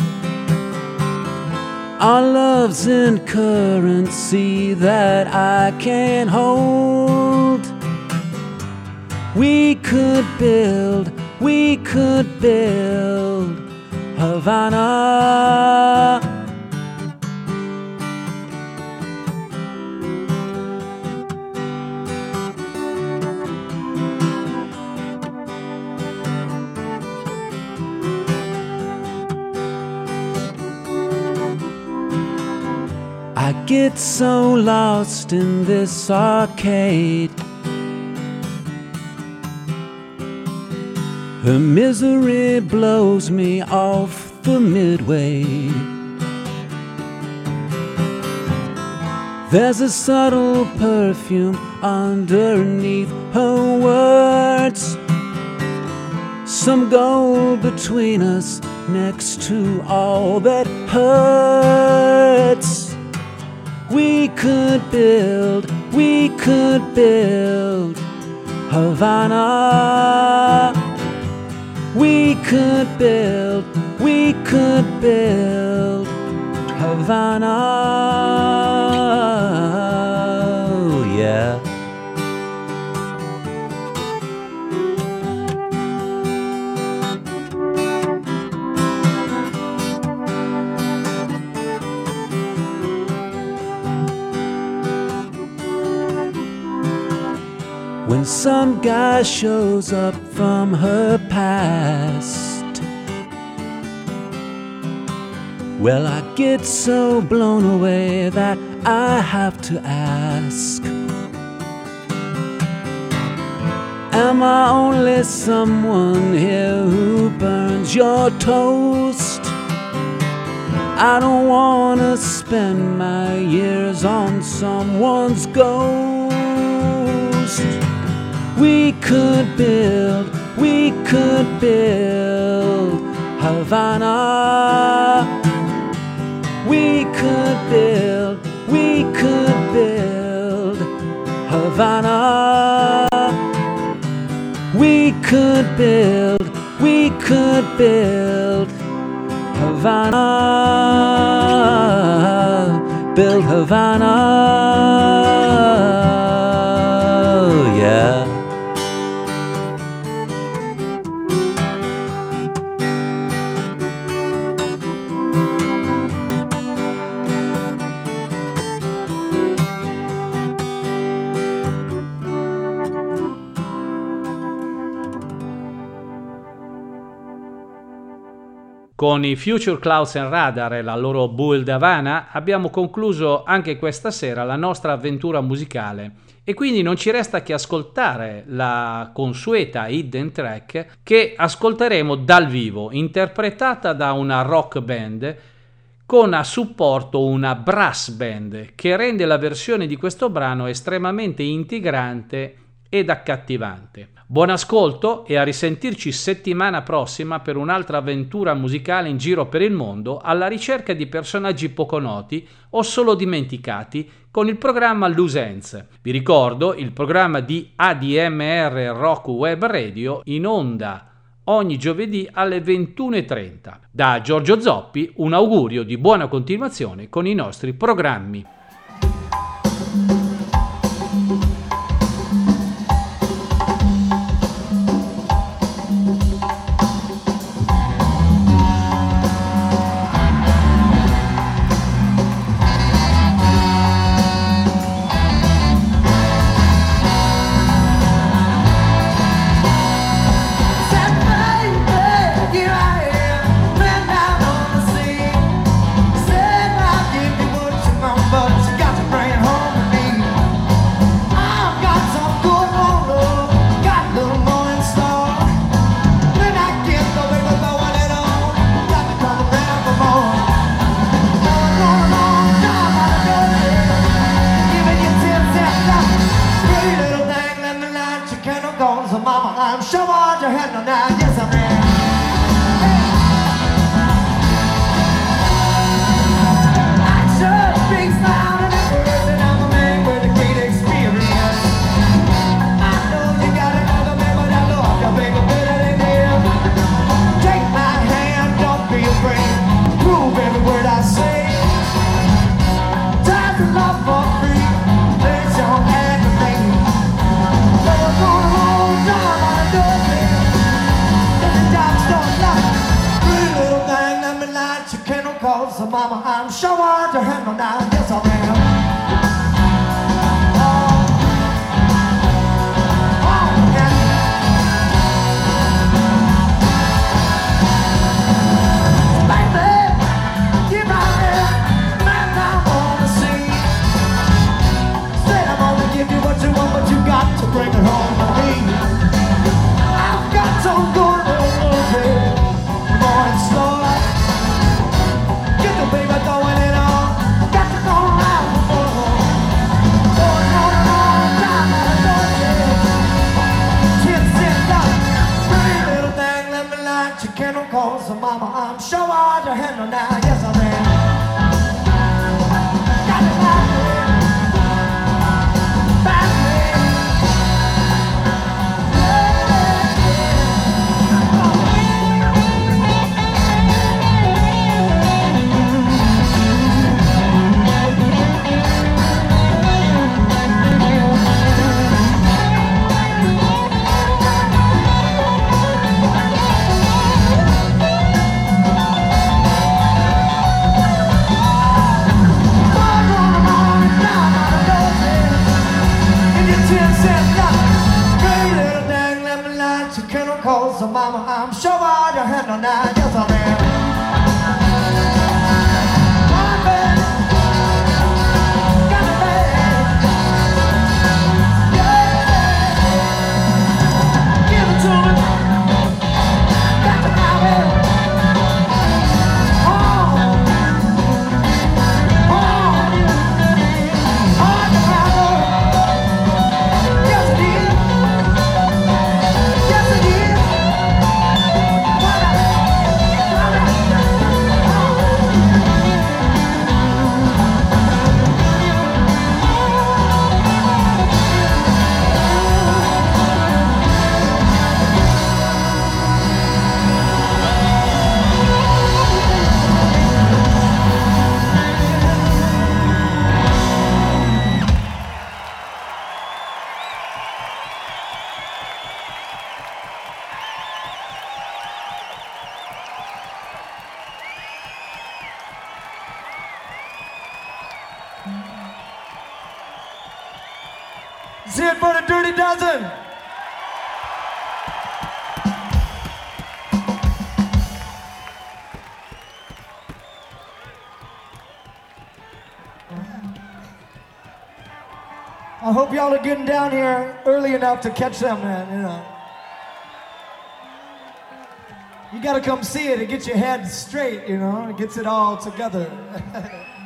Our love's in currency that I can't hold. We could build, we could build Havana. I get so lost in this arcade. Her misery blows me off the midway. There's a subtle perfume underneath her words, some gold between us next to all that hurts. We could build, we could build Havana. We could build, we could build Havana, oh, yeah. When some guy shows up from her past, well, I get so blown away that I have to ask, am I only someone here who burns your toast? I don't wanna spend my years on someone's ghost. We could build, we could build Havana. We could build, we could build Havana. We could build, we could build Havana. Build Havana, oh, yeah. Con i Future Clouds and Radar e la loro Build Havana abbiamo concluso anche questa sera la nostra avventura musicale E quindi non ci resta che ascoltare la consueta hidden track che ascolteremo dal vivo, interpretata da una rock band con a supporto una brass band che rende la versione di questo brano estremamente integrante ed accattivante. Buon ascolto e a risentirci settimana prossima per un'altra avventura musicale in giro per il mondo alla ricerca di personaggi poco noti o solo dimenticati con il programma Loose Ends. Vi ricordo il programma di A D M R Rock Web Radio in onda ogni giovedì alle ventuno e trenta. Da Giorgio Zoppi un augurio di buona continuazione con i nostri programmi. Mama, I'm sure hard to handle now. Yes, I am. Bring it home to me. I've got some good old hey, morning star. Get the baby going it on. Got to go around the world. Going on and on, time out of door. Ten cent dollar. Pretty little thing, let me light your candle, cause mama, I'm sure hard to handle now. Yes, I am. Got it right there. Back there. So mama, I'm sure hard to handle now. Yes, I am. One bed, got a bed. Yeah, give it to me. Got to have it. Oh, oh, hard to have it. Yes, it is. Yes, it is. See it for the Dirty Dozen. I hope y'all are getting down here early enough to catch them, man, you know. You gotta come see it. It gets your head straight, you know. It gets it all together.